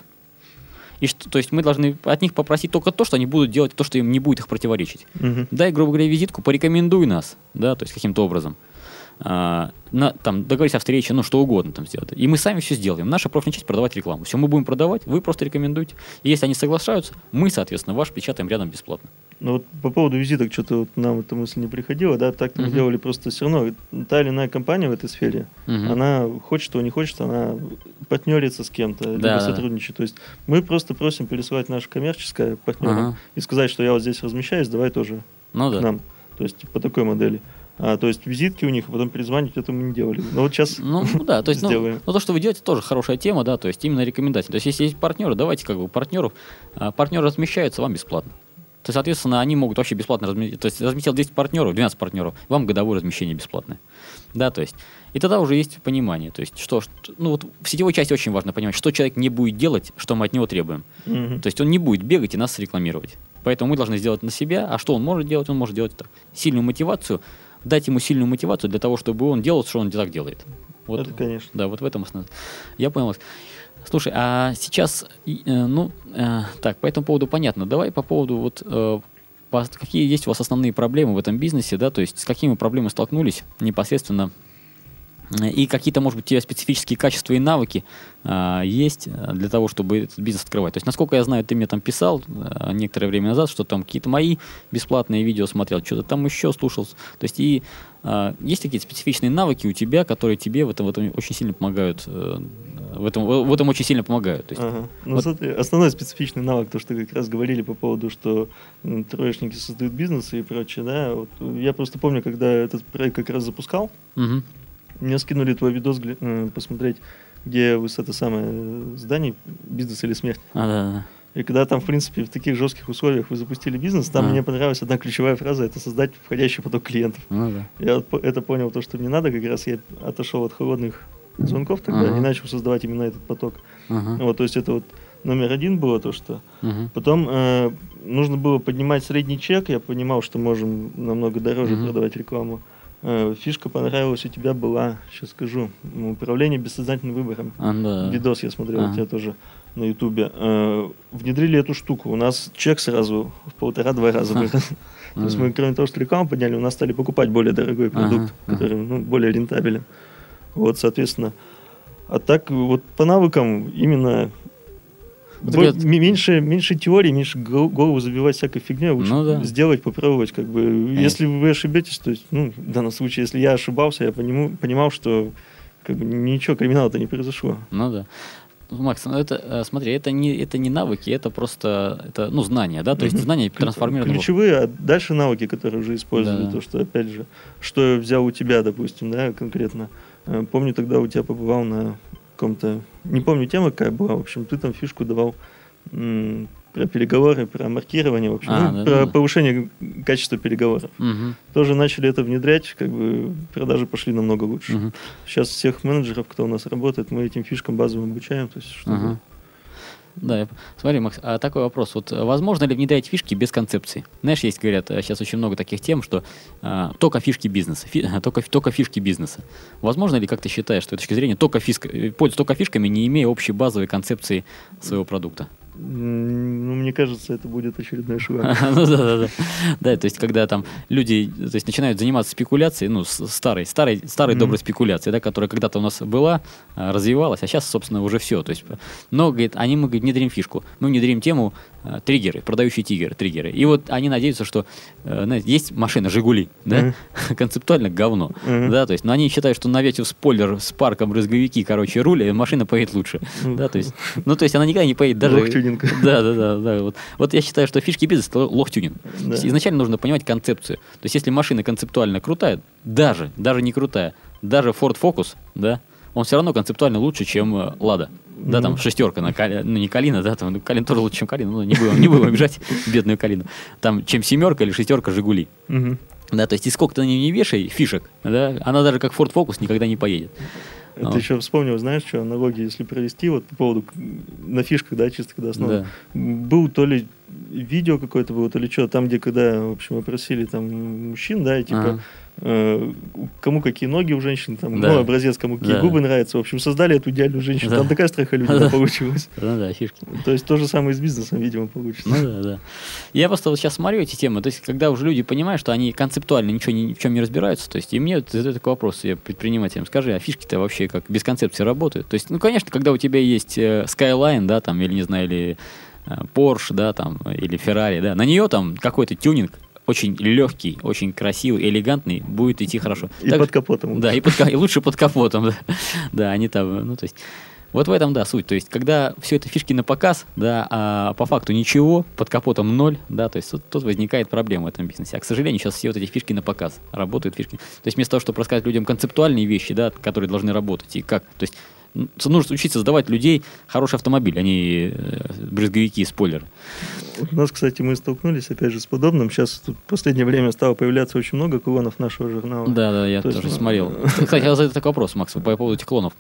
C: И что, то есть мы должны от них попросить только то, что они будут делать, то, что им не будет их противоречить. Uh-huh. Дай, грубо говоря, визитку, порекомендуй нас, да, то есть каким-то образом. А, на, там, договориться о встрече, ну, что угодно там сделать. И мы сами все сделаем. Наша профильная часть — продавать рекламу. Все, мы будем продавать, вы просто рекомендуйте. И если они соглашаются, мы, соответственно, ваш печатаем рядом бесплатно.
D: Ну вот по поводу визиток что-то вот нам эта мысль не приходила, да, так-то uh-huh. мы делали просто все равно. Та или иная компания в этой сфере, uh-huh. она хочет того, не хочет, она партнерится с кем-то, да, либо да, сотрудничает. Да. То есть мы просто просим пересылать наше коммерческое партнерам uh-huh. и сказать, что я вот здесь размещаюсь, давай тоже ну, к да. нам. То есть по такой модели. А, то есть визитки у них, а потом перезванивать, это мы не делали. Но вот сейчас
C: ну, да, то есть,
D: сделаем.
C: Ну, ну, то, что вы делаете, тоже хорошая тема, да, то есть именно рекомендации. То есть если есть партнеры, давайте как бы партнеров, а, партнеры размещаются вам бесплатно. То есть, соответственно, они могут вообще бесплатно разместить. То есть разместил десять партнеров, двенадцать партнеров, вам годовое размещение бесплатное. Да, то есть. И тогда уже есть понимание. То есть, что, что ну вот в сетевой части очень важно понимать, что человек не будет делать, что мы от него требуем. Mm-hmm. То есть он не будет бегать и нас рекламировать. Поэтому мы должны сделать на себя. А что он может делать? Он может делать так. Сильную мотивацию, дать ему сильную мотивацию для того, чтобы он делал, что он так делает. Вот,
D: это, конечно.
C: Да, вот в этом основном. Я понял. Слушай, а сейчас, э, ну, э, так, по этому поводу понятно. Давай по поводу вот, э, по, какие есть у вас основные проблемы в этом бизнесе, да, то есть с какими проблемами столкнулись непосредственно, э, и какие-то, может быть, у тебя специфические качества и навыки э, есть для того, чтобы этот бизнес открывать. То есть, насколько я знаю, ты мне там писал э, некоторое время назад, что там какие-то мои бесплатные видео смотрел, что-то там еще слушал. То есть, и э, есть какие-то специфичные навыки у тебя, которые тебе в этом, в этом очень сильно помогают, э, В этом, в этом очень сильно помогают. То есть,
D: ага. Ну,
C: вот...
D: смотри, основной специфичный навык, то, что как раз говорили по поводу, что ну, троечники создают бизнесы и прочее, да, вот, я просто помню, когда этот проект как раз запускал, угу. мне скинули твой видос э, посмотреть, где высота самое здание, бизнес или смерть.
C: А, да, да.
D: И когда там, в принципе, в таких жестких условиях вы запустили бизнес, там а. мне понравилась одна ключевая фраза — это создать входящий поток клиентов. А, да. Я это понял, то, что мне надо, как раз я отошел от холодных звонков тогда uh-huh. и начал создавать именно этот поток. Uh-huh. Вот, то есть это вот номер один было то, что... Uh-huh. Потом э, нужно было поднимать средний чек, я понимал, что можем намного дороже uh-huh. продавать рекламу. Фишка понравилась у тебя была, сейчас скажу, управление бессознательным выбором.
C: А, да.
D: Видос я смотрел а. у тебя тоже на Ютубе. Внедрили эту штуку. У нас чек сразу в полтора-два раза вырос. То есть мы, кроме того, что рекламу подняли, у нас стали покупать более дорогой продукт, который ну, более рентабелен. Вот, соответственно. А так вот по навыкам именно... Бо- меньше, меньше теории, меньше голову забивать всякой фигней, лучше ну, да. сделать, попробовать. Как бы. Если вы ошибетесь, то есть, ну, в данном случае, если я ошибался, я пониму, понимал, что как бы, ничего криминала-то не произошло.
C: Ну да. Макс, ну это, смотри, это не, это не навыки, это просто это, ну, знания, да, то есть знания трансформированы.
D: Ключевые, а дальше навыки, которые уже использовали, да. то, что, опять же, что я взял у тебя, допустим, да, конкретно. Помню, тогда у тебя побывал на каком-то, не помню тема какая была, в общем, ты там фишку давал м- про переговоры, про маркирование, в общем, а, ну, да, про да. повышение качества переговоров. Угу. Тоже начали это внедрять, как бы продажи пошли намного лучше. Угу. Сейчас всех менеджеров, кто у нас работает, мы этим фишкам базовым обучаем, то есть чтобы...
C: Угу. Да, смотри, Макс, а такой вопрос. Вот возможно ли внедрять фишки без концепции? Знаешь, есть, говорят, сейчас очень много таких тем, что а, только фишки бизнеса, фи, только, только фишки бизнеса. Возможно ли, как ты считаешь, с твоей точки зрения, только фишка, пользоваться только фишками, не имея общей базовой концепции своего продукта?
D: Ну, мне кажется, это будет очередной шаг.
C: Ну да, да, да. Да, то есть, когда там люди то есть, начинают заниматься спекуляцией, ну, старой, старой, старой доброй спекуляцией, да, которая когда-то у нас была, развивалась, а сейчас, собственно, уже все. То есть, но, говорит, они, мы, говорит, внедрим фишку. Мы внедрим тему э, триггеры, продающие тигеры, триггеры. И вот они надеются, что э, знаете, есть машина «Жигули», да, концептуально говно, да, то есть, но они считают, что навесив спойлер с парком брызговики, короче, руля, машина поедет лучше, да, то есть, ну, то есть, она никогда не поедет даже... Да, да, да, да. Вот. вот я считаю, что фишки бизнеса — это лох-тюнинг. Да. Изначально нужно понимать концепцию. То есть, если машина концептуально крутая, даже, даже не крутая, даже Ford Focus, да, он все равно концептуально лучше, чем Lada. Mm-hmm. Да, там шестерка на Кали, ну не Калина, да, там Калин тоже лучше, чем Калина, ну не будем, не будем обижать бедную Калину. Там чем семерка или шестерка Жигули. Mm-hmm. Да, то есть, и сколько ты на нее не вешай фишек, да, она даже как Ford Focus никогда не поедет.
D: Это oh. еще вспомнил, знаешь, что аналогии, если провести, вот по поводу на фишках, да, чисто когда основа. Да. Был то ли видео какое-то было, то ли что, там, где когда, в общем, опросили там мужчин, да, и типа, э, кому какие ноги у женщин, там, да. ну, образец, кому какие да. губы нравятся, в общем, создали эту идеальную женщину, да. там такая страхолюдина получилась.
C: Да, да, фишки.
D: То есть то же самое и с бизнесом, видимо, получится.
C: Ну да, да. Я просто вот сейчас смотрю эти темы, то есть когда уже люди понимают, что они концептуально ничего ни в чем не разбираются, то есть и мне задают такой вопрос, я предпринимателям, скажи, а фишки-то вообще как без концепции работают? То есть, ну, конечно, когда у тебя есть Skyline, да, там, или, не знаю, или Porsche, да, там, или Ferrari, да, на нее там какой-то тюнинг очень легкий, очень красивый, элегантный, будет идти хорошо.
D: И так, под капотом.
C: Да, и, под, и лучше под капотом, да. Да, они там, ну, то есть, вот в этом, да, суть. То есть, когда все это фишки на показ, да, а по факту ничего, под капотом ноль, да, то есть, тут, тут возникает проблема в этом бизнесе. А, к сожалению, сейчас все вот эти фишки на показ работают, фишки. То есть, вместо того, чтобы рассказать людям концептуальные вещи, да, которые должны работать, и как, то есть, нужно учиться создавать людей хороший автомобиль, а не брызговики и спойлеры.
D: У нас, кстати, мы столкнулись, опять же, с подобным. Сейчас тут в последнее время стало появляться очень много клонов нашего журнала.
C: Да, да, я То тоже есть... смотрел. Кстати, я задаю такой вопрос, Макс, по поводу этих клонов.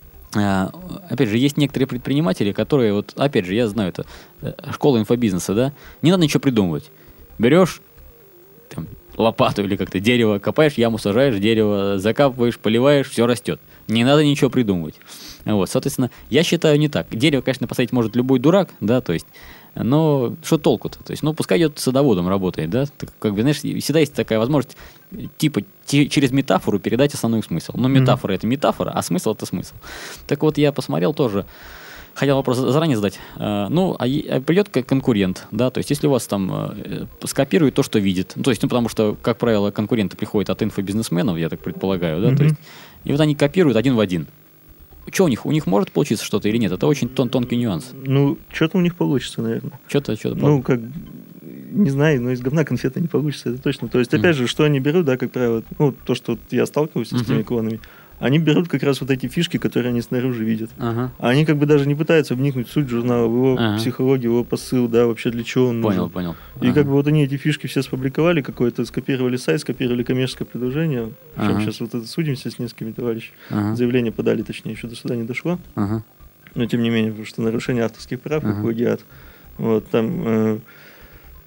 C: А, опять же, есть некоторые предприниматели, которые, вот, опять же, я знаю, это школа инфобизнеса, да, не надо ничего придумывать. Берешь там, лопату или как-то дерево, копаешь яму, сажаешь дерево, закапываешь, поливаешь, все растет. Не надо ничего придумывать. Вот, соответственно, я считаю не так. Дерево, конечно, посадить может любой дурак, да, то есть, но что толку-то? То есть, ну, пускай идет садоводом работает, да, так, как бы, знаешь, всегда есть такая возможность, типа, т- через метафору передать основной смысл. Но метафора mm-hmm. это метафора, а смысл это смысл. Так вот, я посмотрел тоже, хотел вопрос заранее задать. Uh, ну, а, а придет как конкурент, да, то есть, если у вас там uh, скопирует то, что видит, ну, то есть, ну, потому что, как правило, конкуренты приходят от инфобизнесменов, я так предполагаю, да, mm-hmm. то есть, и вот они копируют один в один. Что у них? У них может получиться что-то или нет? Это очень тон- тонкий нюанс.
D: Ну, что-то у них получится, наверное.
C: Что-то, что-то
D: Ну, как, не знаю, но из говна конфеты не получится, это точно. То есть, опять mm-hmm. же, что они берут, да, как правило, ну, то, что вот я сталкиваюсь mm-hmm. с теми клонами, они берут как раз вот эти фишки, которые они снаружи видят. Ага. А они как бы даже не пытаются вникнуть в суть журнала, в его ага. психологию, в его посыл, да, вообще для чего он
C: понял,
D: нужен.
C: Понял,
D: И ага. как бы вот они эти фишки все спубликовали, какое-то скопировали сайт, скопировали коммерческое предложение. Причем ага. сейчас вот это судимся с несколькими товарищами. Ага. Заявление подали, точнее, еще до суда не дошло. Ага. Но тем не менее, потому что нарушение авторских прав, ага. и плагиат. Вот, там... Э-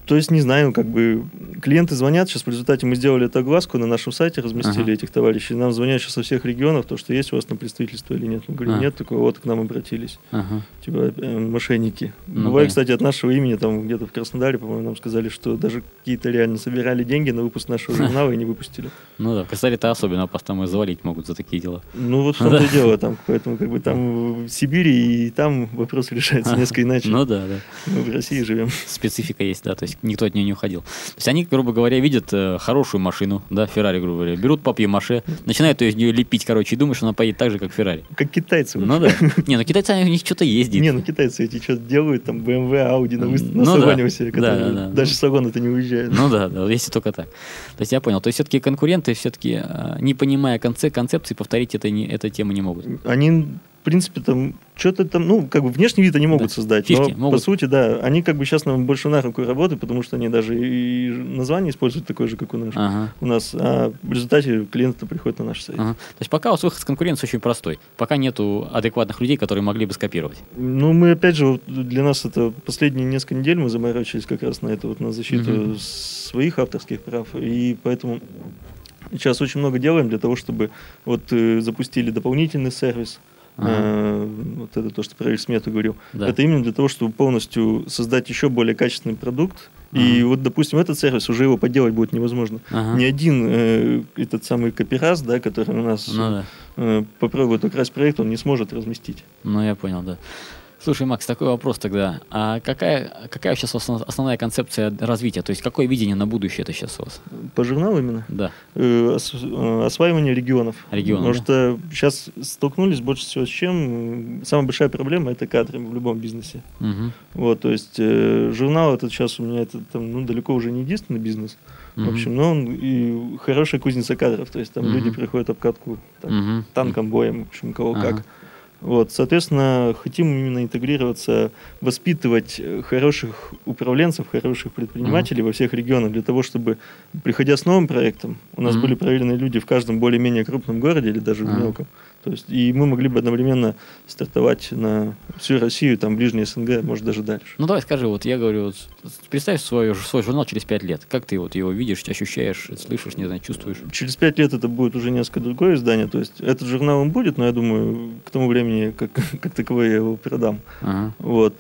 D: То есть, не знаю, как бы клиенты звонят, сейчас в результате мы сделали эту огласку, на нашем сайте разместили ага. этих товарищей, нам звонят сейчас со всех регионов, то, что есть у вас на представительство или нет. Мы говорим, а. нет, такого, вот к нам обратились. Ага. Типа э, мошенники. Ну, бывает, кстати, от нашего имени, там где-то в Краснодаре, по-моему, нам сказали, что даже какие-то реально собирали деньги на выпуск нашего журнала и не выпустили.
C: Ну да, в Краснодаре-то особенно опасно, там и завалить могут за такие дела.
D: Ну вот в том-то и дело, там, поэтому как бы там в Сибири и там вопрос решается несколько иначе.
C: Ну да, да.
D: Мы в России живем.
C: Специфика есть, да, то есть никто от нее не уходил. То есть они, грубо говоря, видят э, хорошую машину, да, Феррари, грубо говоря, берут папье-маше, начинают ее из нее лепить, короче, и думают, что она поедет так же, как Феррари.
D: Как китайцы.
C: Ну да. Не, ну китайцы, у них что-то ездит.
D: Не, ну китайцы эти что-то делают, там, бэ эм вэ, Audi на, выст... ну, на салоне да. у себя, которые да, да, дальше да. салона-то не уезжают.
C: Ну да, да, если только так. То есть я понял. То есть все-таки конкуренты, все-таки, не понимая конце, концепции, повторить это не, эту тему не могут.
D: Они... В принципе, там что-то там, ну, как бы внешний вид они могут да. создать,
C: Фишки
D: но
C: могут.
D: По сути, да, они как бы сейчас нам больше на руку работают, потому что они даже и название используют такое же, как у нас. Ага. У нас, а в результате клиенты приходят на наш сайт.
C: Ага. То есть пока у вас выход с конкуренции очень простой, пока нету адекватных людей, которые могли бы скопировать.
D: Ну, мы опять же, вот для нас это последние несколько недель мы заморачивались как раз на это, вот на защиту угу. своих авторских прав, и поэтому сейчас очень много делаем для того, чтобы вот э, запустили дополнительный сервис. Ага. А, вот это то, что про смету говорил. Да. Это именно для того, чтобы полностью создать еще более качественный продукт. Ага. И вот, допустим, этот сервис уже его подделать будет невозможно. Ага. Ни один э, этот самый копираз, да, который у нас ну, да. э, попробует украсть проект, он не сможет разместить.
C: Ну, я понял, да. Слушай, Макс, такой вопрос тогда. А какая, какая сейчас основная концепция развития? То есть какое видение на будущее это сейчас у вас?
D: По журналу именно?
C: Да.
D: Э, ос, осваивание регионов.
C: Регионов,
D: Потому да? что сейчас столкнулись больше всего с чем? Самая большая проблема – это кадры в любом бизнесе. Угу. Вот, то есть э, журнал этот сейчас у меня это, там, ну, далеко уже не единственный бизнес. Угу. В общем, но он и хорошая кузница кадров. То есть там угу. люди приходят обкатку там, угу. танком, боем, в общем, кого ага. как. Вот, соответственно, хотим именно интегрироваться, воспитывать хороших управленцев, хороших предпринимателей mm-hmm. во всех регионах, для того, чтобы, приходя с новым проектом, у нас mm-hmm. были проверенные люди в каждом более-менее крупном городе или даже mm-hmm. в мелком. То есть, и мы могли бы одновременно стартовать на всю Россию, там, ближний СНГ, может, даже дальше.
C: Ну, давай скажи, вот я говорю, вот, представь свой, свой журнал через пять лет. Как ты вот его видишь, ощущаешь, слышишь, не знаю, чувствуешь?
D: Через пять лет это будет уже несколько другое издание. То есть, этот журнал он будет, но я думаю, к тому времени, как, как таковой, я его продам. Ага. Вот.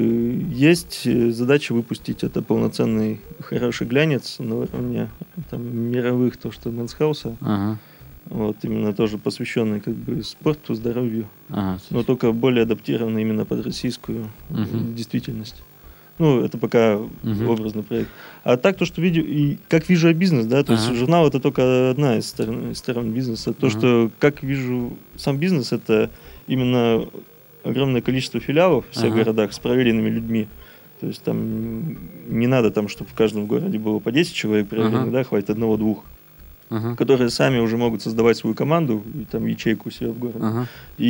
D: Есть задача выпустить это полноценный, хороший глянец на уровне там, мировых, то, что Мэнсхауса. Ага. Вот, именно тоже посвященный как бы спорту, здоровью, ага, но только более адаптированный именно под российскую uh-huh. действительность. Ну, это пока uh-huh. образный проект. А так, то, что видео, и как вижу я бизнес, да, то uh-huh. есть журнал это только одна из сторон, из сторон бизнеса. То, uh-huh. что как вижу сам бизнес, это именно огромное количество филиалов в всех uh-huh. городах с проверенными людьми. То есть там не надо, там, чтобы в каждом городе было по десять человек проверенных, uh-huh. да, хватит одного-двух. Uh-huh. которые сами уже могут создавать свою команду, и, там, ячейку у себя в городе. Uh-huh.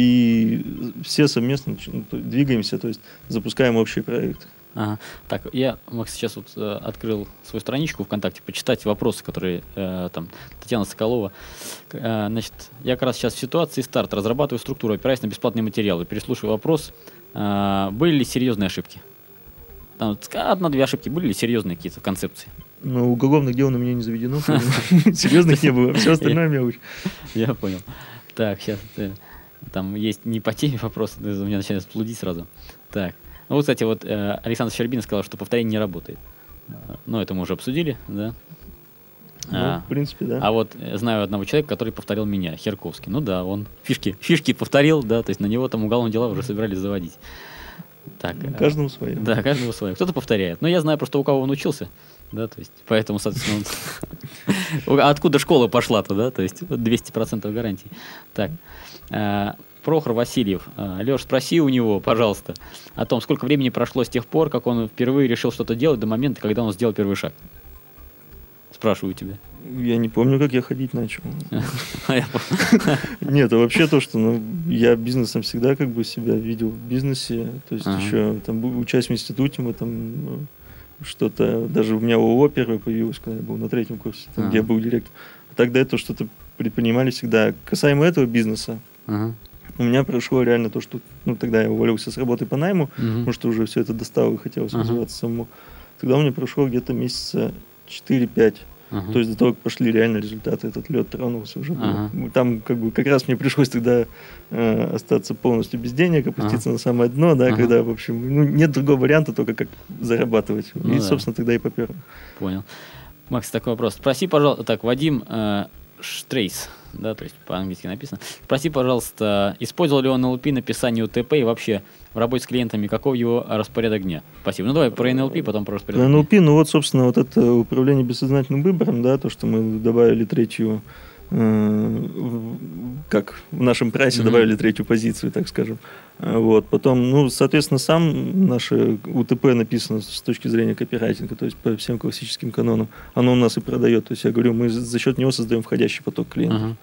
D: И все совместно двигаемся, то есть запускаем общие проекты.
C: Ага. Так, я, Макс, сейчас вот э, открыл свою страничку ВКонтакте, почитать вопросы, которые э, там Татьяна Соколова. Э, значит, я как раз сейчас в ситуации старт, разрабатываю структуру, опираясь на бесплатные материалы, переслушиваю вопрос, э, были ли серьезные ошибки? Там одна-две ошибки, были ли серьезные какие-то в концепции?
D: Но уголовных дел на меня не заведено. Серьезных не было. Все остальное мелочь.
C: Я понял. Так, сейчас там есть не по теме вопрос, у меня начинает всплудить сразу. Так. Ну, вот, кстати, вот Александр Щербин сказал, что повторение не работает. Ну, это мы уже обсудили, да?
D: Ну, в принципе, да.
C: А вот знаю одного человека, который повторил меня, Херковский. Ну да, он фишки, фишки повторил, да, то есть на него там уголовные дела уже собирались заводить. Так,
D: каждому свое.
C: Да, каждому свое. Кто-то повторяет. Но я знаю просто, у кого он учился. Да, то есть, поэтому, соответственно, он... откуда школа пошла-то, да, то есть двести процентов гарантии. Так, Прохор Васильев. Леш, спроси у него, пожалуйста, о том, сколько времени прошло с тех пор, как он впервые решил что-то делать, до момента, когда он сделал первый шаг. Спрашиваю тебя.
D: Я не помню, как я ходить начал. Нет, а вообще то, что я бизнесом всегда как бы себя видел в бизнесе, то есть еще там учась в институте, мы там... что-то, даже у меня ООО первое появилось, когда я был на третьем курсе, там, uh-huh. где я был директор. А тогда это что-то предпринимали всегда. Касаемо этого бизнеса, uh-huh. у меня прошло реально то, что, ну, тогда я уволился с работы по найму, uh-huh. потому что уже все это достало и хотелось uh-huh. развиваться самому. тогда у меня прошло где-то месяца четыре-пять. Uh-huh. То есть до того, как пошли реально результаты, этот лед тронулся уже. Uh-huh. Там как бы как раз мне пришлось тогда э, остаться полностью без денег, опуститься uh-huh. на самое дно, да, uh-huh. когда, в общем, ну, нет другого варианта, только как зарабатывать. Ну, и, да. собственно, тогда и попер.
C: Понял. Макс, такой вопрос. Спроси, пожалуйста, так, Вадим э, Штрейс, да, то есть по-английски написано. Спроси, пожалуйста, использовал ли он эн эл пи написание УТП и вообще в работе с клиентами, каков его распорядок дня? Спасибо. Ну, давай про эн эл пи, потом про распорядок
D: дня. эн эл пи, ну вот, собственно, вот это управление бессознательным выбором, да, то, что мы добавили третью, э, как в нашем прайсе mm-hmm. добавили третью позицию, так скажем. Вот. Потом, ну, соответственно, сам наше УТП написано с точки зрения копирайтинга, то есть по всем классическим канонам. Оно у нас и продает. То есть я говорю, мы за счет него создаем входящий поток клиентов. Uh-huh.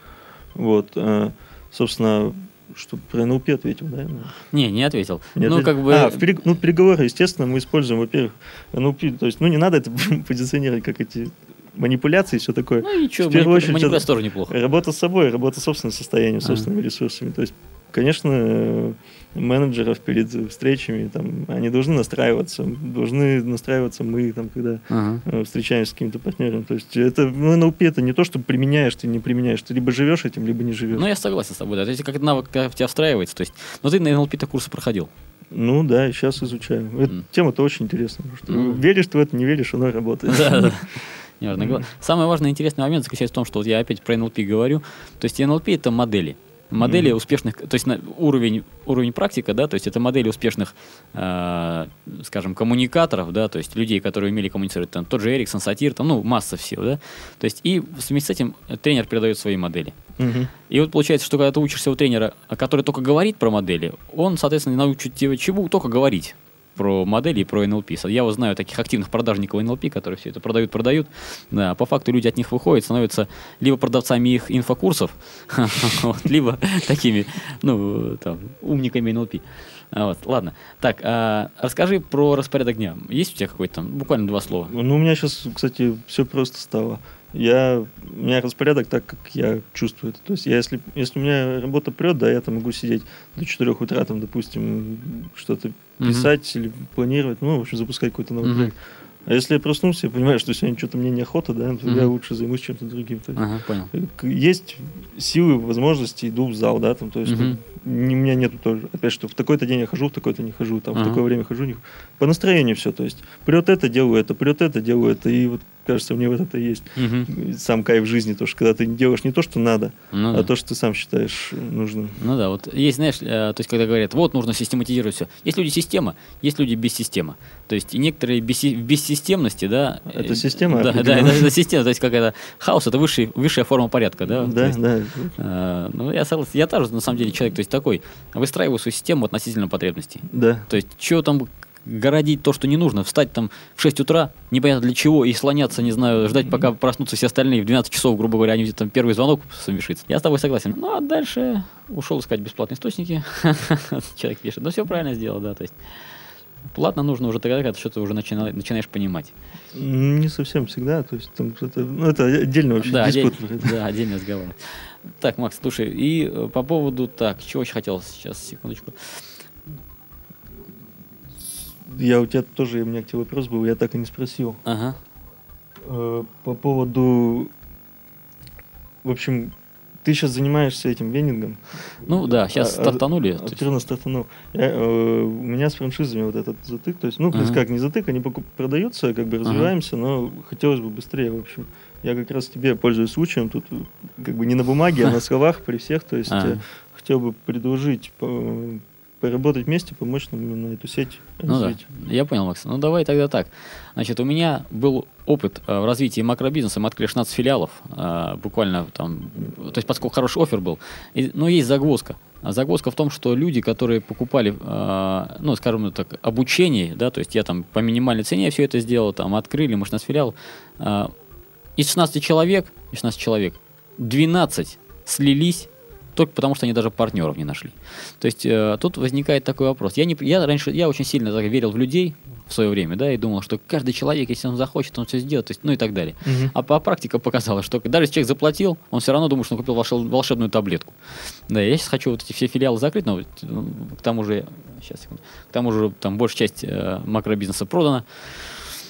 D: Вот. Собственно, что про эн эл пи ответил, да?
C: Не, не ответил.
D: Не
C: ну,
D: ответил.
C: как бы...
D: А, в перег... ну, переговоры, естественно, мы используем, во-первых, эн эл пи, то есть, ну, не надо это позиционировать как эти манипуляции и все такое.
C: Ну, ничего, в первую манипу... очередь, манипуляция тоже неплохо.
D: Работа с собой, работа с собственным состоянием, собственными uh-huh. ресурсами. То есть, конечно, менеджеров перед встречами, там, они должны настраиваться, должны настраиваться мы, там, когда uh-huh. встречаемся с каким-то партнером. То есть это, ну, эн эл пи это не то, что применяешь, ты не применяешь, ты либо живешь этим, либо не живешь.
C: Ну, я согласен с тобой, да. То есть как навык в тебя встраивается, то есть, но ты на эн эл пи-то курсы проходил.
D: Ну да, и сейчас изучаю. Эта mm. тема-то очень интересная. Что mm. веришь ты в это, не веришь, оно работает.
C: Да, да. Mm. Самый важный и интересный момент заключается в том, что вот я опять про эн эл пи говорю. То есть эн эл пи это модели. Модели mm-hmm. успешных, то есть на уровень, уровень практика, да, то есть это модели успешных, э, скажем, коммуникаторов, да, то есть людей, которые умели коммуницировать, там, тот же Эриксон, Сатир, там, ну, масса всего, да, то есть и вместе с этим тренер передает свои модели. Mm-hmm. И вот получается, что когда ты учишься у тренера, который только говорит про модели, он, соответственно, научит тебя чему? Только говорить про модели и про эн эл пи. Я вот знаю таких активных продажников эн эл пи, которые все это продают, продают. Да, по факту люди от них выходят, становятся либо продавцами их инфокурсов, либо такими, ну, там, умниками эн эл пи. Вот, ладно. Так, а, расскажи про распорядок дня. Есть у тебя какой-то там, буквально два слова?
D: Ну, у меня сейчас, кстати, все просто стало. Я, у меня распорядок так, как я чувствую это. То есть, я, если, если у меня работа прет, да, я там могу сидеть до четырех утра, там, допустим, что-то писать uh-huh. или планировать, ну, в общем, запускать какой-то новый uh-huh. проект. А если я проснулся, я понимаю, что сегодня что-то мне неохота, да, то uh-huh. я лучше займусь чем-то другим. То есть,
C: uh-huh, понял.
D: Есть силы, возможности, иду в зал, да, там, то есть uh-huh. не, у меня нету тоже, опять что в такой-то день я хожу, в такой-то не хожу, там, uh-huh. в такое время хожу, не хожу. По настроению все, то есть прет это, делаю это, прет это, делаю это, и вот кажется, мне вот это и есть uh-huh. сам кайф жизни, то, что когда ты делаешь не то, что надо, ну, а да. то, что ты сам считаешь нужным.
C: Ну да, вот есть, знаешь, то есть когда говорят, вот нужно систематизировать все. Есть люди система, есть люди без системы. То есть и некоторые без, в бессистемности, да.
D: Это система?
C: Да, да, это, это система, то есть какая-то хаос, это высший, высшая форма порядка, да?
D: Да,
C: есть,
D: да.
C: Э, ну, я согласен, я тоже, на самом деле, человек, то есть такой, выстраиваю свою систему относительно потребностей.
D: Да.
C: То есть, что там городить то, что не нужно, встать там в шесть утра, непонятно для чего, и слоняться, не знаю, ждать, пока проснутся все остальные, в двенадцать часов, грубо говоря, они там первый звонок совершится. Я с тобой согласен. Ну, а дальше ушел искать бесплатные источники. Человек пишет, ну, все правильно сделал, да, то есть платно нужно уже тогда, когда ты что-то уже начина, начинаешь понимать.
D: Не совсем всегда, то есть там это, ну, это отдельно вообще
C: да,
D: диспут.
C: Отдель, да, отдельный разговор. Так, Макс, слушай, и по поводу, так, чего еще хотел сейчас, секундочку.
D: Я у тебя тоже, у меня к тебе вопрос был, я так и не спросил.
C: Ага.
D: Э, по поводу, в общем, ты сейчас занимаешься этим вендингом.
C: Ну да, сейчас а, стартанули.
D: Активно стартанул. Я, э, у меня с франшизами вот этот затык, то есть, ну, ага. как не затык, они покуп- продаются, как бы развиваемся, ага. но хотелось бы быстрее, в общем. Я как раз тебе пользуюсь случаем, тут как бы не на бумаге, а на словах при всех, то есть ага. хотел бы предложить по, поработать вместе, помочь нам именно эту сеть развить.
C: Ну да, я понял, Макс. Ну давай тогда так. Значит, у меня был опыт э, в развитии макробизнеса. Мы открыли шестнадцать филиалов, э, буквально там, то есть поскольку хороший оффер был. И, но есть загвоздка. А загвоздка в том, что люди, которые покупали, э, ну, скажем так, обучение, да, то есть я там по минимальной цене все это сделал, там открыли мы шестнадцать филиалов. Э, из шестнадцати человек, из шестнадцати человек, двенадцать слились, только потому, что они даже партнеров не нашли. То есть э, тут возникает такой вопрос. Я, не, я раньше я очень сильно так, верил в людей в свое время, да, и думал, что каждый человек, если он захочет, он все сделает, то есть, ну и так далее. Uh-huh. А по практике показалось, что даже если человек заплатил, он все равно думает, что он купил волшеб, волшебную таблетку. Да, я сейчас хочу вот эти все филиалы закрыть, но к тому же, сейчас, секунду, к тому же там большая часть э, макробизнеса продана.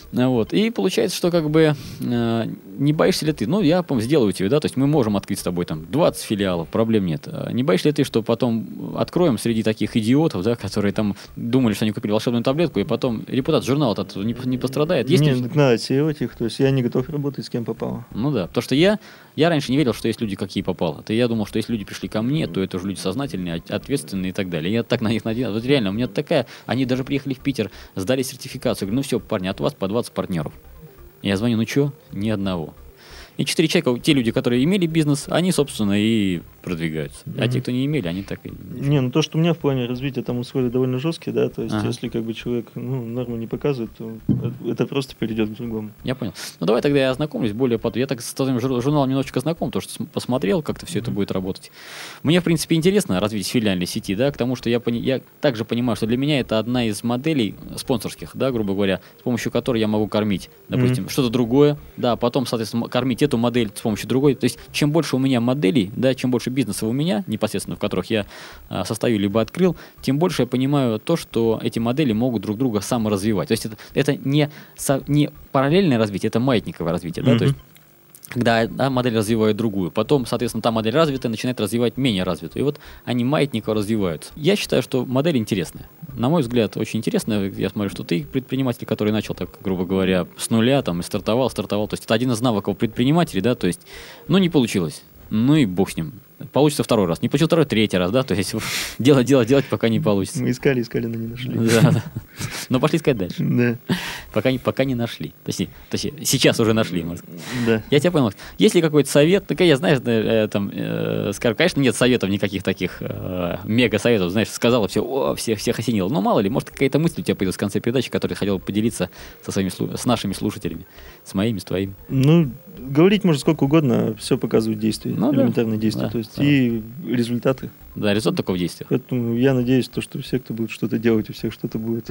C: Вот. И получается, что как бы э, не боишься ли ты? Ну, я, по-моему, сделаю тебе, да, то есть мы можем открыть с тобой там двадцать филиалов, проблем нет. Не боишься ли ты, что потом откроем среди таких идиотов, да, которые там думали, что они купили волшебную таблетку, и потом репутация журнала от этого не, не пострадает? Есть
D: нет,
C: ли...
D: надо отсеивать их, то есть я не готов работать с кем попало.
C: Ну да, потому что я, я раньше не верил, что есть люди, какие попало. То я думал, что если люди пришли ко мне, то это уже люди сознательные, ответственные и так далее. Я так на них надеялся. Вот реально, у меня такая... Они даже приехали в Питер, сдали сертификацию. Говорю, ну все, парни, от вас по двадцать партнеров. Я звоню, ну что? Ни одного. И четыре человека, те люди, которые имели бизнес, они, собственно, и продвигаются. Mm-hmm. А те, кто не имели, они так и...
D: Не, ну то, что у меня в плане развития там условия довольно жесткие, да, то есть ага. если как бы человек, ну, норму не показывает, то это просто перейдет к другому.
C: Я понял. Ну давай тогда я ознакомлюсь более потом. Я так с твоим журналом немножечко знаком, то что посмотрел, как-то все mm-hmm. это будет работать. Мне, в принципе, интересно развитие филиальной сети, да, к тому, что я, пони... я также понимаю, что для меня это одна из моделей спонсорских, да, грубо говоря, с помощью которой я могу кормить, допустим, mm-hmm. что-то другое, да, потом, соответственно, кормить эту модель с помощью другой. То есть, чем больше у меня моделей, да, чем больше бизнеса у меня, непосредственно, в которых я а, состою либо открыл, тем больше я понимаю то, что эти модели могут друг друга саморазвивать. То есть, это, это не, со, не параллельное развитие, это маятниковое развитие, да, mm-hmm. то есть, когда одна модель развивает другую, потом, соответственно, та модель развитая начинает развивать менее развитую. И вот они маятниково развиваются. Я считаю, что модель интересная. На мой взгляд, очень интересная. Я смотрю, что ты предприниматель, который начал, так, грубо говоря, с нуля, там, и стартовал, стартовал. То есть это один из навыков предпринимателей, да, то есть, ну, не получилось. Ну и бог с ним. Получится второй раз. Не получил второй, третий раз, да? То есть делать, делать, делать, пока не получится.
D: Мы искали, искали, но не нашли.
C: Да, да. Но пошли искать дальше.
D: Да.
C: Пока, пока не нашли. Точнее, точнее, сейчас уже нашли. Может.
D: Да.
C: Я тебя понял. Есть ли какой-то совет? Так я, знаешь, э, там, э, скажу, конечно, нет советов никаких таких э, мега-советов. Знаешь, сказала все, о, всех, всех осенило. Но мало ли, может, какая-то мысль у тебя появилась в конце передачи, которой хотел поделиться со своими, с нашими слушателями. С моими, с твоими.
D: Ну, говорить можно сколько угодно, все показывает действия, ну, элементарные да. действия.
C: Да,
D: то есть
C: да.
D: и результаты.
C: Да, результат только в действиях.
D: Поэтому я надеюсь, то, что все, кто будет что-то делать, у всех что-то будет.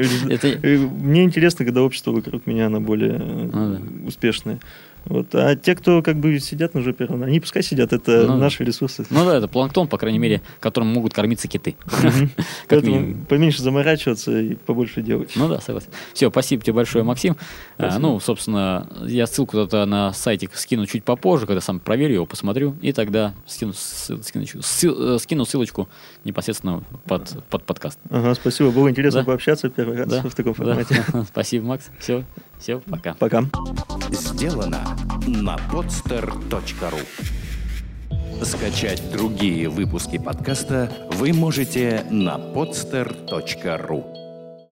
D: Мне интересно, когда общество вокруг меня, оно более успешное. Вот. А те, кто как бы сидят на жопе, они пускай сидят, это ну, наши ресурсы.
C: Ну да, это планктон, по крайней мере, которым могут кормиться киты.
D: Поэтому поменьше заморачиваться и побольше делать.
C: Ну да, согласен. Все, спасибо тебе большое, Максим. А, ну, собственно, я ссылку туда на сайтик скину чуть попозже, когда сам проверю его, посмотрю, и тогда скину, скину, ссыл, скину ссылочку непосредственно под, под подкаст.
D: Ага, спасибо, было интересно да. пообщаться первый раз да. в таком формате.
C: Да. Спасибо, Макс. Все, все, пока.
D: Пока.
A: Сделано на podster точка ру. Скачать другие выпуски подкаста вы можете на podster точка ру.